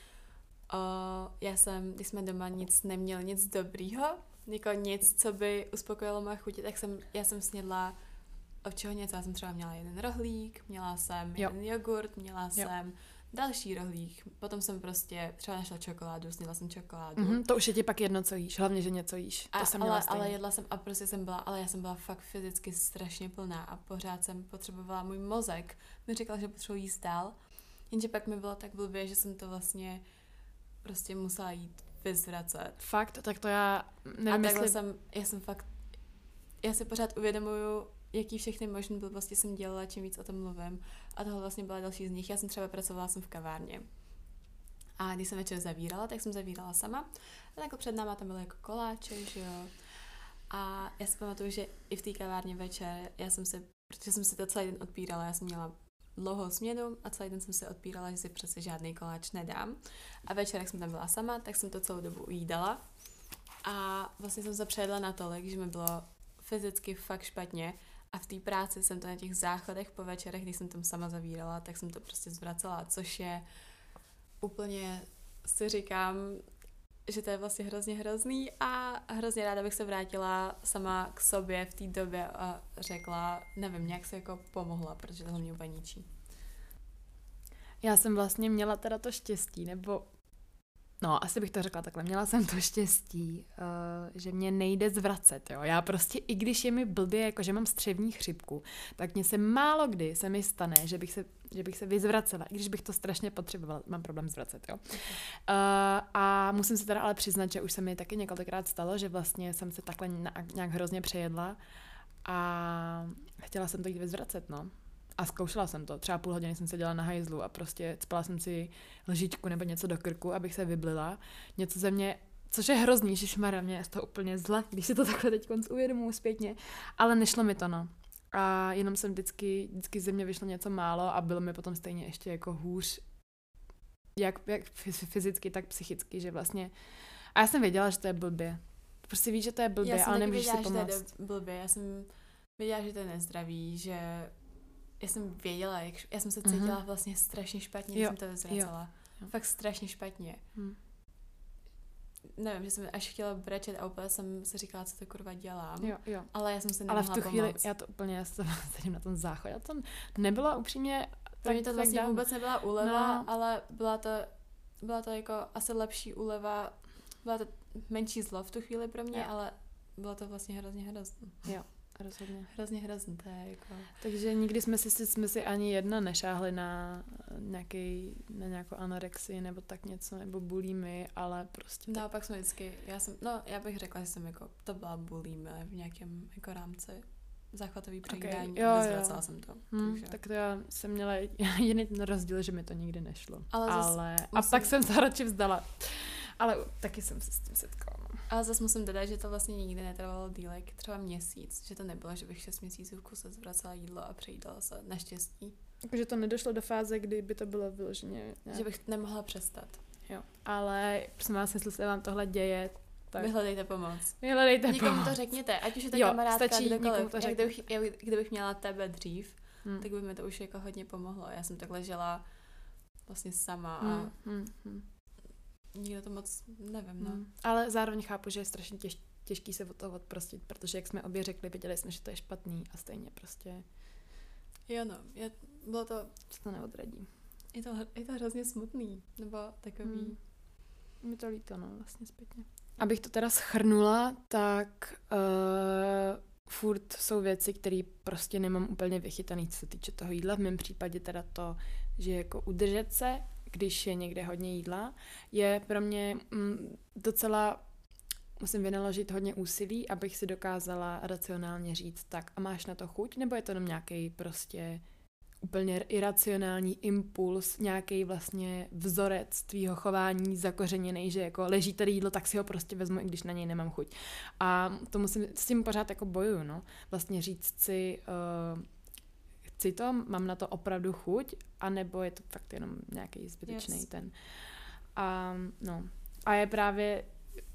O, já jsem, když jsme doma nic neměli, nic dobrýho, jako nic, co by uspokojilo moje chutě, tak jsem, já jsem snědla od čeho něco. Já jsem třeba měla jeden rohlík, měla jsem jo. jeden jogurt, měla jo. jsem další rohlík, potom jsem prostě třeba našla čokoládu, snědla jsem čokoládu. Mm-hmm, to už je ti pak jedno, co jíš, hlavně, že něco jíš. To a, jsem ale, ale jedla jsem a prostě jsem byla, ale já jsem byla fakt fyzicky strašně plná a pořád jsem potřebovala, můj mozek mi říkal, že potřebuji jíst dál, jenže pak mi bylo tak blbě, že jsem to vlastně prostě musela jít vyzvracet. Fakt? Tak to já nevím, a takhle jestli... jsem, já jsem fakt, já si pořád uvědomuju, jaký všechny možné blbosti jsem dělala, čím víc o tom mluvím. A tohle vlastně byla další z nich. Já jsem třeba pracovala jsem v kavárně. A když jsem večer zavírala, tak jsem zavírala sama. A jako před náma tam byly jako koláče, že jo. A já si pamatuju, že i v té kavárně večer, já jsem se, protože jsem si to celý den odpírala, já jsem měla dlouhou směnu a celý den jsem se odpírala, že si přece žádný koláč nedám. A večer, jak jsem tam byla sama, tak jsem to celou dobu ujídala. A vlastně jsem se přejedla natolik, že mi bylo fyzicky fakt špatně. A v té práci jsem to na těch záchodech po večerech, když jsem tam sama zavírala, tak jsem to prostě zvracela, což je úplně, si říkám, že to je vlastně hrozně hrozný a hrozně ráda bych se vrátila sama k sobě v té době a řekla, nevím, nějak se jako pomohla, protože tohle mě úplně ničí. Já jsem vlastně měla teda to štěstí, nebo no, asi bych to řekla takhle. Měla jsem to štěstí, uh, že mě nejde zvracet, jo. Já prostě, i když je mi blbě, jako že mám střevní chřipku, tak mně se málo kdy se mi stane, že bych se, že bych se vyzvracela, i když bych to strašně potřebovala, mám problém zvracet, jo. Uh, a musím se teda ale přiznat, že už se mi taky několikrát stalo, že vlastně jsem se takhle nějak hrozně přejedla a chtěla jsem to jít vyzvracet, no. A zkoušela jsem to. Třeba půl hodiny jsem seděla na hajzlu a prostě cpala jsem si lžičku nebo něco do krku, abych se vyblila. Něco ze mě, což je hrozný, žišmarja, mě je to úplně zle, když si to takhle teď konc uvědomuji zpětně. Ale nešlo mi to, no. A jenom jsem vždycky, vždycky ze mě vyšlo něco málo a bylo mi potom stejně ještě jako hůř, jak, jak fyzicky, tak psychicky, že vlastně... A já jsem věděla, že to je blbě. Prostě víš, že to je blbě, ale nemůžeš si pomoct. Já jsem věděla, že to je blbě. Já jsem věděla, že to je nezdravý, že... Já jsem věděla, jak, já jsem se cítila mm-hmm. vlastně strašně špatně, když jsem to vyzvracela. Fakt strašně špatně. Mm. Nevím, že jsem až chtěla brečet a úplně jsem si říkala, co to kurva dělám. Jo, jo. Ale já jsem se nemohla pomoct. Ale v tu chvíli, já to úplně, já jsem sedím na tom záchodě, já to nebyla upřímně... Pro mě to vlastně dám. Vůbec nebyla úleva, no. ale byla to, byla to jako asi lepší úleva, byla to menší zlo v tu chvíli pro mě, jo. ale bylo to vlastně hrozně hrozné. Jo. Rozhodně. Hrozně hrozný, to je jako... Takže nikdy jsme si, jsme si ani jedna nešáhli na, nějaký, na nějakou anorexii nebo tak něco, nebo bulimy, ale prostě... No, pak jsme vždycky, já jsem, no, já bych řekla, že jsem jako, to byla bulimy v nějakém jako rámci záchvatový přejídání, okay. a vyzvracela jsem to. Hmm, takže... Tak to já jsem měla jiný rozdíl, že mi to nikdy nešlo. Ale, ale... A musím... pak jsem se radši vzdala. Ale taky jsem se s tím setkala. Ale zase musím dodat, že to vlastně nikdy netrvalo dílek, třeba měsíc, že to nebylo, že bych šest měsíců v kuse zvracela jídlo a přejídala se, naštěstí. Takže to nedošlo do fáze, kdy by to bylo vyloženě... Že bych nemohla přestat. Jo, ale prosím vás, jestli se vám tohle děje, tak... Vyhledejte pomoc. Vyhledejte Nikomu pomoc. to řekněte, ať už je to Jo, kamarádka, stačí kdokoliv. to Já řekněte. kdybych, já, kdybych měla tebe dřív, Hmm. tak by mi to už jako hodně pomohlo. Já jsem takhle žila vlastně sama a Hmm. Hmm. Hmm. nikdo to moc nevím, no. Hmm. Ale zároveň chápu, že je strašně těž, těžký se od toho odprostit, protože jak jsme obě řekli, viděli jsme, že to je špatný a stejně prostě Jo, no, je, bylo to, se to neodradí. je to, je to hrozně smutný, nebo takový. Hmm. Mi to líto, no, vlastně zpětně. Abych to teda schrnula, tak uh, furt jsou věci, které prostě nemám úplně vychytaný, co se týče toho jídla. V mém případě teda to, že jako udržet se, když je někde hodně jídla, je pro mě mm, docela, musím vynaložit hodně úsilí, abych si dokázala racionálně říct, tak a máš na to chuť, nebo je to jenom nějaký prostě úplně iracionální impuls, nějaký vlastně vzorec tvýho chování zakořeněný, že jako leží tady jídlo, tak si ho prostě vezmu, i když na něj nemám chuť. A to musím, s tím pořád jako bojuju, no. Vlastně říct si, uh, chci to, mám na to opravdu chuť, anebo je to fakt jenom nějaký zbytečný Yes. ten. A no. A je právě,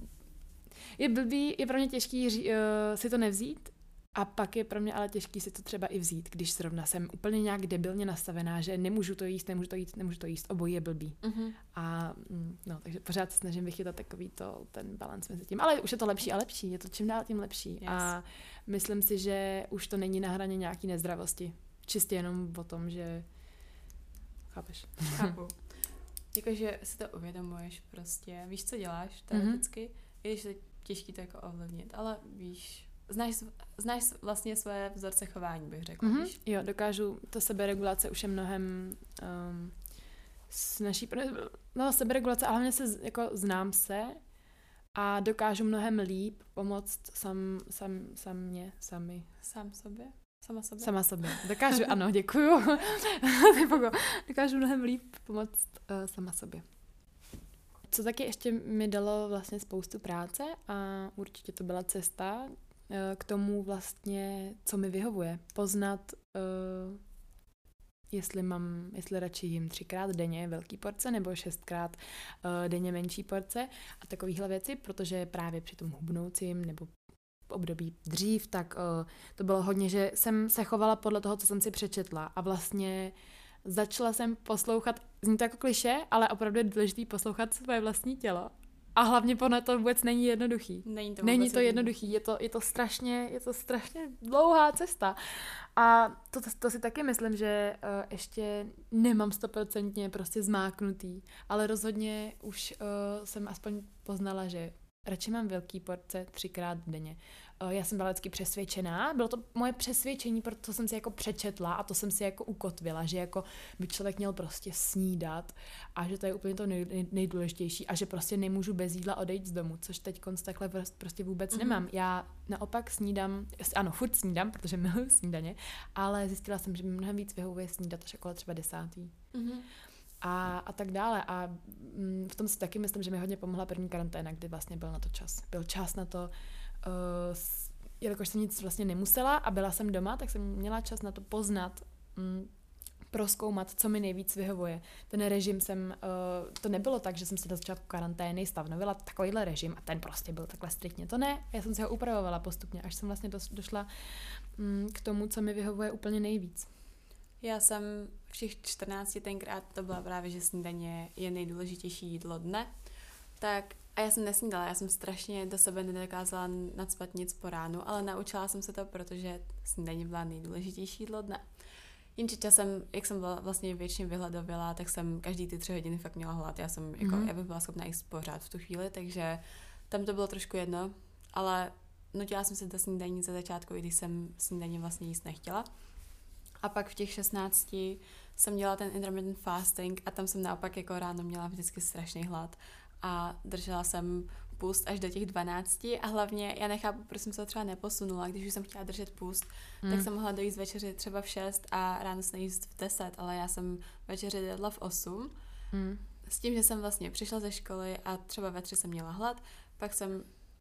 je blbý, je pro mě těžký uh, si to nevzít, a pak je pro mě ale těžký si to třeba i vzít, když zrovna jsem úplně nějak debilně nastavená, že nemůžu to jíst, nemůžu to jíst, nemůžu to jíst, obojí je blbý. Uh-huh. A no, takže pořád se snažím vychytat takový to, ten balans mezi tím. Ale už je to lepší a lepší, je to čím dál tím lepší. Yes. A myslím si, že už to není na hraně nějaký nezdravosti. Čistě jenom o tom, že chápeš. Chápu. Jakože si to uvědomuješ prostě, víš, co děláš teoreticky, mm-hmm. i když je těžký to jako ovlivnit, ale víš, znáš, znáš vlastně své vzorce chování, bych řekla, Mm-hmm. víš? Jo, dokážu, ta seberegulace už je mnohem um, s naší, no seberegulace, ale hlavně se z- jako znám se a dokážu mnohem líp pomoct sam, sam, samě, sami. Sám sobě? Sama sobě? Sama sobě. Dokážu, ano, děkuju. Dokážu mnohem líp pomoct uh, sama sobě. Co taky ještě mi dalo vlastně spoustu práce a určitě to byla cesta uh, k tomu vlastně, co mi vyhovuje. Poznat, uh, jestli mám, jestli radši jim třikrát denně velký porce nebo šestkrát uh, denně menší porce a takovéhle věci, protože právě při tom hubnoucím nebo v období dřív, tak uh, to bylo hodně, že jsem se chovala podle toho, co jsem si přečetla a vlastně začala jsem poslouchat, zní to jako klišé, ale opravdu je důležitý poslouchat svoje vlastní tělo. A hlavně podle to vůbec není jednoduchý. Není to, Není vůbec to jednoduchý, je to, je to strašně, je to strašně dlouhá cesta. A to, to, to si taky myslím, že uh, ještě nemám stoprocentně prostě zmáknutý, ale rozhodně už uh, jsem aspoň poznala, že radši mám velký porce třikrát denně. Uh, já jsem byla vždycky přesvědčená, bylo to moje přesvědčení, protože jsem si jako přečetla a to jsem si jako ukotvila, že jako by člověk měl prostě snídat a že to je úplně to nej, nejdůležitější a že prostě nemůžu bez jídla odejít z domu, což teď takhle prostě vůbec mm-hmm. nemám. Já naopak snídám, ano, furt snídám, protože miluji snídaně, ale zjistila jsem, že mi mnohem víc vyhovuje snídat až okolo třeba desátý. Mm-hmm. A, a tak dále. A mm, v tom si taky myslím, že mi hodně pomohla první karanténa, kdy vlastně byl na to čas. Byl čas na to, uh, s, jelikož jsem nic vlastně nemusela a byla jsem doma, tak jsem měla čas na to poznat, mm, prozkoumat, co mi nejvíc vyhovuje. Ten režim jsem, uh, to nebylo tak, že jsem si na začátku karantény stanovila takovýhle režim a ten prostě byl takhle striktně. To ne, já jsem si ho upravovala postupně, až jsem vlastně dos, došla mm, k tomu, co mi vyhovuje úplně nejvíc. Já jsem v těch čtrnácti tenkrát, to byla právě, že snídaně je nejdůležitější jídlo dne, tak a já jsem nesnídala, já jsem strašně do sebe nedokázala nacpat nic po ránu, ale naučila jsem se to, protože snídaně byla nejdůležitější jídlo dne. Jenže časem, jak jsem byla vlastně většině vyhladověla, tak jsem každý ty tři hodiny fakt měla hlad. Já jsem, jako, mm-hmm. já bych byla schopná jíst pořád v tu chvíli, takže tam to bylo trošku jedno, ale nutila jsem se do snídaní za začátku, i když jsem snídaně vlastně jíst nechtěla. A pak v těch šestnácti jsem dělala ten intermittent fasting a tam jsem naopak jako ráno měla vždycky strašný hlad a držela jsem půst až do těch dvanácti a hlavně já nechápu, proč jsem se třeba neposunula, když už jsem chtěla držet půst, mm. tak jsem mohla dojít večeři třeba v šest a ráno se nejíst v deset, ale já jsem večeři jedla v osm. Mm. S tím, že jsem vlastně přišla ze školy a třeba ve tři jsem měla hlad, pak jsem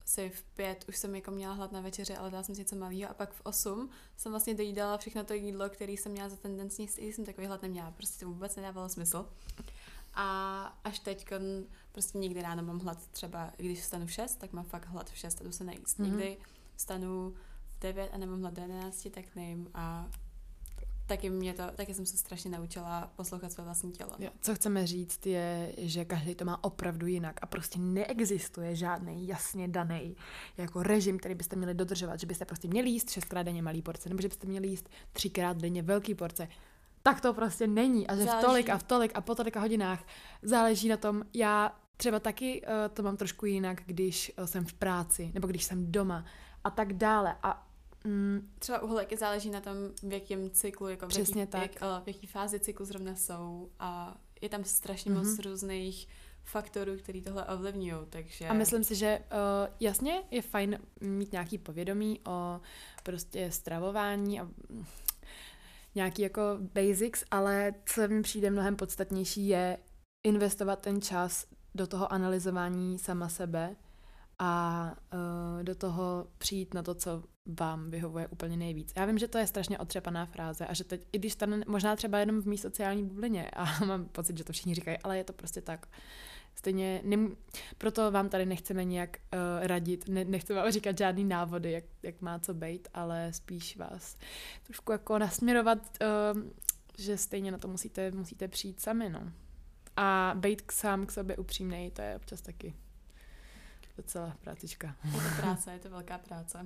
asi v pět už jsem jako měla hlad na večeři, ale dala jsem si něco malého a pak v osm jsem vlastně dojídala všechno to jídlo, které jsem měla za tendenci, i jsem takový hlad neměla, prostě to vůbec nedávalo smysl. A až teď prostě někdy ráno mám hlad třeba, když vstanu v šest, tak mám fakt hlad v šest a jdu se najíst. Mm-hmm. Někdy vstanu v devět a nemám hlad do jedenácti, tak nejím a taky, mě to, taky jsem se strašně naučila poslouchat své vlastní tělo. Jo, co chceme říct je, že každý to má opravdu jinak a prostě neexistuje žádný jasně daný jako režim, který byste měli dodržovat, že byste prostě měli jíst šestkrát denně malý porce, nebo že byste měli jíst třikrát denně velký porce. Tak to prostě není a že záleží. v tolik a v tolik a po tolika hodinách záleží na tom, já třeba taky uh, to mám trošku jinak, když uh, jsem v práci nebo když jsem doma a tak dále a Mm. Třeba u holek záleží na tom, v jakém cyklu, jako v, Přesně jaký, tak. Jak, v jaký fázi cyklu zrovna jsou a je tam strašně mm-hmm. moc různých faktorů, který tohle ovlivňují, takže... A myslím si, že uh, jasně je fajn mít nějaký povědomí o prostě stravování a nějaký jako basics, ale co mi přijde mnohem podstatnější je investovat ten čas do toho analyzování sama sebe a uh, do toho přijít na to, co vám vyhovuje úplně nejvíc. Já vím, že to je strašně otřepaná fráze a že teď, i když to možná třeba jenom v mý sociální bublině a mám pocit, že to všichni říkají, ale je to prostě tak. Stejně, nem, proto vám tady nechceme nějak uh, radit, ne, nechceme vám říkat žádný návody, jak, jak má co bejt, ale spíš vás trošku jako nasměrovat, uh, že stejně na to musíte, musíte přijít sami, no. A bejt k sám k sobě upřímnej, to je občas taky docela prácička. Je to práce, je to velká práce.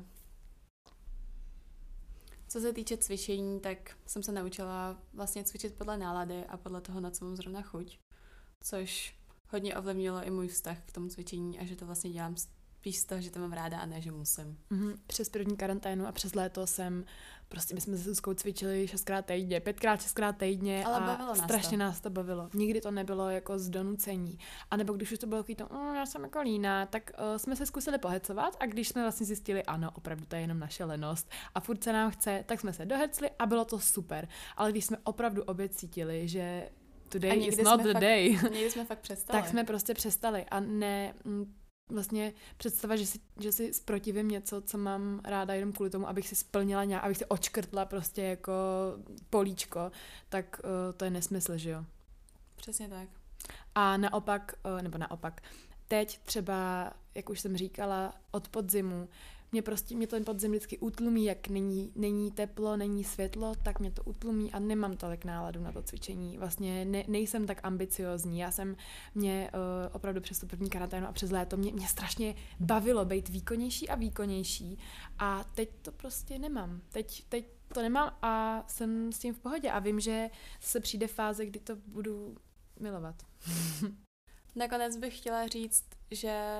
Co se týče cvičení, tak jsem se naučila vlastně cvičit podle nálady a podle toho, na co mám zrovna chuť, což hodně ovlivnilo i můj vztah k tomu cvičení a že to vlastně dělám spíš z toho, že to mám ráda a ne, že musím. Mm-hmm. Přes první karanténu a přes léto jsem, prostě my jsme se Zuzkou cvičili šestkrát týdně, pětkrát, šestkrát týdně ale a nás strašně to. nás to bavilo. Nikdy to nebylo jako z donucení. A nebo když už to bylo takový to, mm, já jsem jako líná, tak uh, jsme se zkusili pohecovat a když jsme vlastně zjistili, ano, opravdu to je jenom naše lenost a furt se nám chce, tak jsme se dohecli a bylo to super. Ale když jsme opravdu obě cítili, že today is not the fakt, day, někdy jsme fakt přestali. tak jsme prostě přestali a ne... Mm, vlastně představa, že si, že si zprotivím něco, co mám ráda jenom kvůli tomu, abych si splnila nějak, abych si očkrtla prostě jako políčko, tak uh, to je nesmysl, že jo? Přesně tak. A naopak, uh, nebo naopak, teď třeba, jak už jsem říkala, od podzimu, mě prostě, mě ten podzim vždycky utlumí, jak není, není teplo, není světlo, tak mě to utlumí a nemám tolik náladu na to cvičení. Vlastně ne, nejsem tak ambiciozní. Já jsem mě uh, opravdu přes tu první karanténu a přes léto mě, mě strašně bavilo být výkonnější a výkonnější a teď to prostě nemám. Teď, teď to nemám a jsem s tím v pohodě a vím, že se přijde fáze, kdy to budu milovat. Nakonec bych chtěla říct, že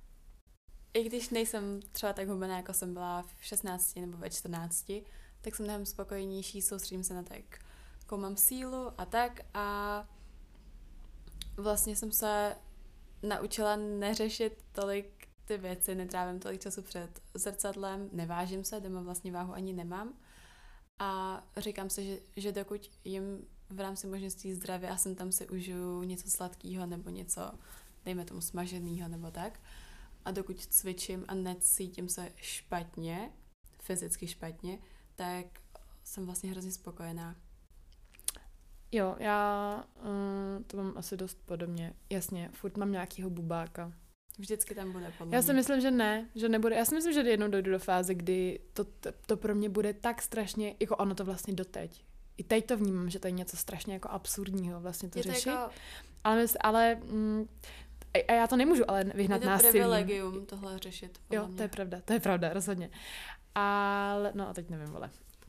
i když nejsem třeba tak hubená, jako jsem byla v šestnácti nebo ve čtrnácti, tak jsem mnohem spokojenější, soustředím se na to, jakou mám sílu a tak a vlastně jsem se naučila neřešit tolik ty věci, netrávím tolik času před zrcadlem, nevážím se, doma vlastně váhu ani nemám a říkám si, že, že dokud jim v rámci možností zdravě a jsem tam si užiju něco sladkého nebo něco, dejme tomu smaženého nebo tak, a dokud cvičím a necítím se špatně, fyzicky špatně, tak jsem vlastně hrozně spokojená. Jo, já uh, to mám asi dost podobně. Jasně, furt mám nějakýho bubáka. Vždycky tam bude podle Já si myslím, že ne, že nebude. Já si myslím, že jednou dojdu do fáze, kdy to, to, to pro mě bude tak strašně, jako ono to vlastně doteď. I teď to vnímám, že to je něco strašně jako absurdního vlastně to, je to řešit. Jako... Ale, mysl, ale mm, a já to nemůžu ale vyhnat násilím. Je to privilegium tohle řešit. Jo, mě. to je pravda, to je pravda, rozhodně. Ale, no a teď nevím, vole.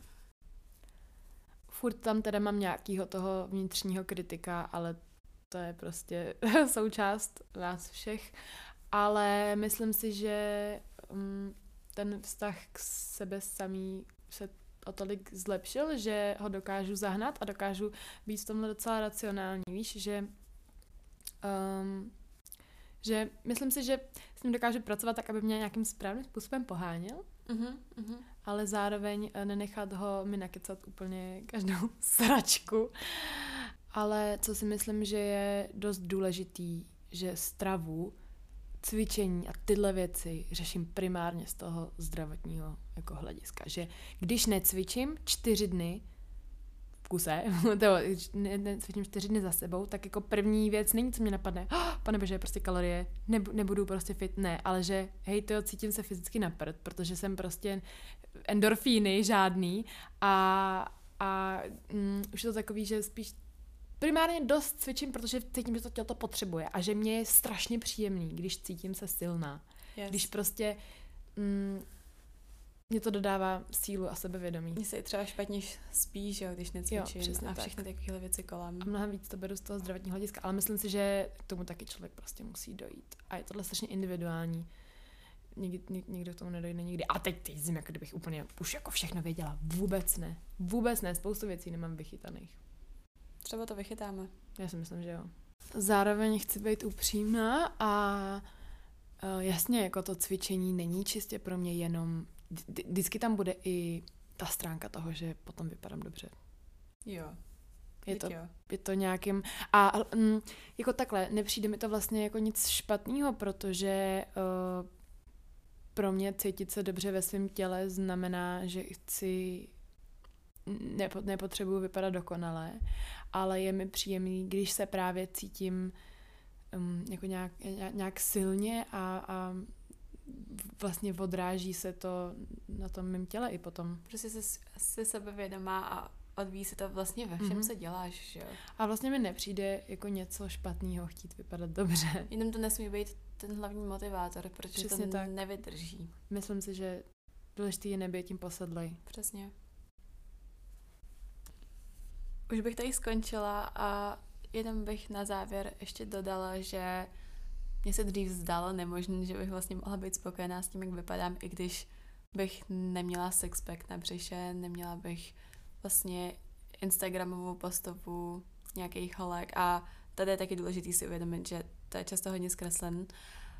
Furt tam teda mám nějakýho toho vnitřního kritika, ale to je prostě součást nás všech. Ale myslím si, že um, ten vztah k sebe samý se o tolik zlepšil, že ho dokážu zahnat a dokážu být v tomhle docela racionální. Víš, že um, že myslím si, že s ním dokážu pracovat tak, aby mě nějakým správným způsobem poháněl, uh-huh, uh-huh. ale zároveň nenechat ho mi nakecat úplně každou sračku. Ale co si myslím, že je dost důležitý, že stravu cvičení a tyhle věci řeším primárně z toho zdravotního jako hlediska, že když necvičím čtyři dny v kuse, ne, necvičím čtyři dny za sebou, tak jako první věc není, co mě napadne, oh, pane bože, prostě kalorie, nebu, nebudu prostě fit, ne, ale že hej, to cítím se fyzicky na prd, protože jsem prostě endorfíny žádný a, a mm, už je to takový, že spíš primárně dost cvičím, protože cítím, že to tělo to potřebuje a že mě je strašně příjemný, když cítím se silná. Yes. Když prostě mm, mě to dodává sílu a sebevědomí. Mně se třeba špatně spí, že jo, když necvičím jo, a všechny tak. Takovéhle věci kolem. A mnohem víc to beru z toho zdravotního hlediska, ale myslím si, že k tomu taky člověk prostě musí dojít. A je tohle strašně individuální. Nikdy, nikdo k tomu nedojde nikdy. A teď teď zím, jako kdybych úplně už jako všechno věděla. Vůbec ne. Vůbec ne. Spoustu věcí nemám vychytaných. Třeba to vychytáme. Já si myslím, že jo. Zároveň chci být upřímná a uh, jasně, jako to cvičení není čistě pro mě jenom, vždycky tam bude i ta stránka toho, že potom vypadám dobře. Jo. Je to, jo. je to nějakým, a um, jako takhle, nepřijde mi to vlastně jako nic špatného, protože uh, pro mě cítit se dobře ve svém těle znamená, že chci Nepo, nepotřebuji vypadat dokonale, ale je mi příjemný, když se právě cítím um, jako nějak, nějak silně a, a vlastně odráží se to na tom mém těle i potom. Prostě jsi, jsi sebevědomá a odvíjí se to vlastně ve všem, mm-hmm. co děláš, že jo? A vlastně mi nepřijde jako něco špatného chtít vypadat dobře. Jenom to nesmí být ten hlavní motivátor, protože Přesně to tak. nevydrží. Myslím si, že důležitý je nebýt tím posedlej. Přesně. Už bych tady skončila a jenom bych na závěr ještě dodala, že mě se dřív zdálo nemožné, že bych vlastně mohla být spokojená s tím, jak vypadám, i když bych neměla sixpack na břiše, neměla bych vlastně instagramovou postavu nějakých holek a tady je taky důležitý si uvědomit, že to je často hodně zkreslen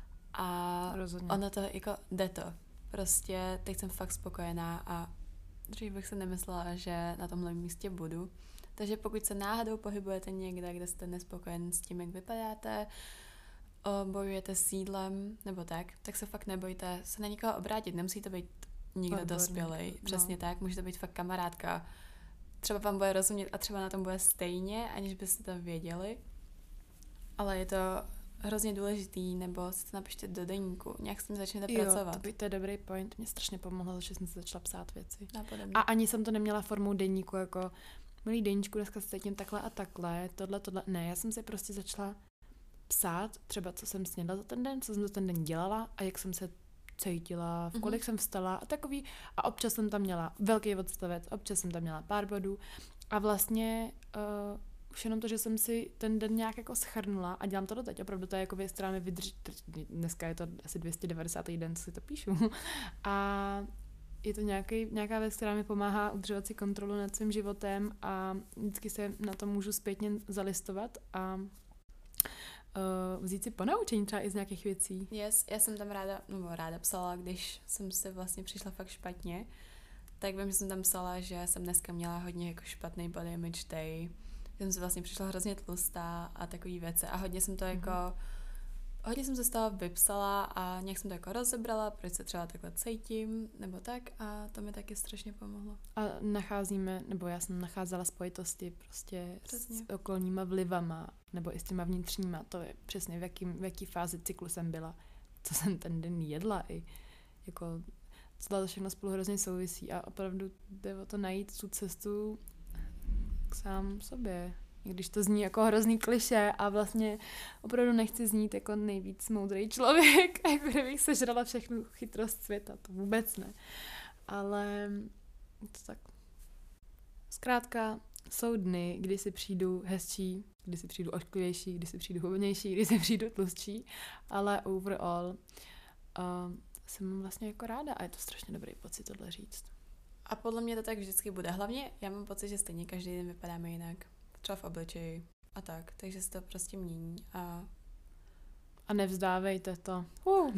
a Rozhodně. ono to jako jde to. Prostě teď jsem fakt spokojená a dřív bych se nemyslela, že na tomhle místě budu. Takže pokud se náhodou pohybujete někde, kde jste nespokojen s tím, jak vypadáte, bojujete s jídlem nebo tak, tak se fakt nebojte se na nikoho obrátit. Nemusí to být nikdo dospělej. Přesně no. tak, může to být fakt kamarádka. Třeba vám bude rozumět a třeba na tom bude stejně, aniž byste to věděli. Ale je to hrozně důležitý, nebo si to napište do deníku, nějak s tím začnete jo, pracovat. To, by, to je dobrý point, mě strašně pomohlo, že jsem si začala psát věci. A, a ani jsem to neměla formou deníku, jako milý deníčku, dneska se cítím takhle a takhle, tohle, tohle. Ne, já jsem si prostě začala psát, třeba co jsem snědla za ten den, co jsem za ten den dělala a jak jsem se cítila, v kolik mm-hmm. jsem vstala a takový. A občas jsem tam měla velký odstavec, občas jsem tam měla pár bodů a vlastně uh, už jenom to, že jsem si ten den nějak jako schrnula a dělám to doteď. Opravdu to je jako věc, která mi vydrží. Dneska je to asi dvě stě devadesátý den, co si to píšu. A je to nějaký, nějaká věc, která mi pomáhá udržovat si kontrolu nad svým životem a vždycky se na to můžu zpětně zalistovat a uh, vzít si ponaučení třeba i z nějakých věcí. Yes, já jsem tam ráda, nebo ráda psala, když jsem se vlastně přišla fakt špatně, tak vím, že jsem tam psala, že jsem dneska měla hodně jako špatný body image day, že jsem se vlastně přišla hrozně tlustá a takový věci a hodně jsem to mm-hmm. jako hodně jsem se z toho vypsala a nějak jsem to jako rozebrala, proč se třeba takhle cítím, nebo tak a to mi taky strašně pomohlo. A nacházíme, nebo já jsem nacházela spojitosti prostě přesně. s okolníma vlivama, nebo i s těma vnitřníma, to je přesně v, jakým, v jaký fázi cyklu jsem byla, co jsem ten den jedla i jako celé to všechno spolu hrozně souvisí a opravdu jde o to najít tu cestu k sám sobě. Když to zní jako hrozný klišé a vlastně opravdu nechci znít jako nejvíc moudrý člověk, jako kdybych sežrala všechnu chytrost světa, to vůbec ne. Ale to tak. Zkrátka jsou dny, kdy si přijdu hezčí, kdy si přijdu ošklivější, kdy si přijdu hodnější, kdy si přijdu tlustší, ale overall uh, jsem vlastně jako ráda a je to strašně dobrý pocit tohle říct. A podle mě to tak vždycky bude. Hlavně já mám pocit, že stejně každý den vypadáme jinak. Třeba v obličeji a tak. Takže se to prostě mění a... A nevzdávejte to. Uh.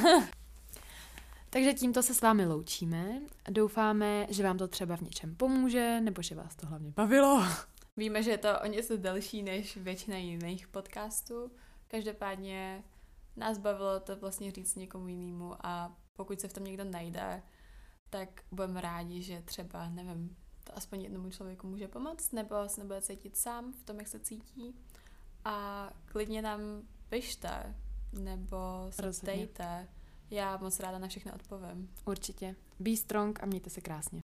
Takže tímto se s vámi loučíme. Doufáme, že vám to třeba v něčem pomůže, nebo že vás to hlavně bavilo. Víme, že je to o něco delší než většina jiných podcastů. Každopádně nás bavilo to vlastně říct někomu jinému a pokud se v tom někdo najde, tak budeme rádi, že třeba, nevím, to aspoň jednomu člověku může pomoct, nebo se nebude cítit sám v tom, jak se cítí. A klidně nám pište, nebo se Rozhodně. ptejte. Já moc ráda na všechno odpovím. Určitě. Be strong a mějte se krásně.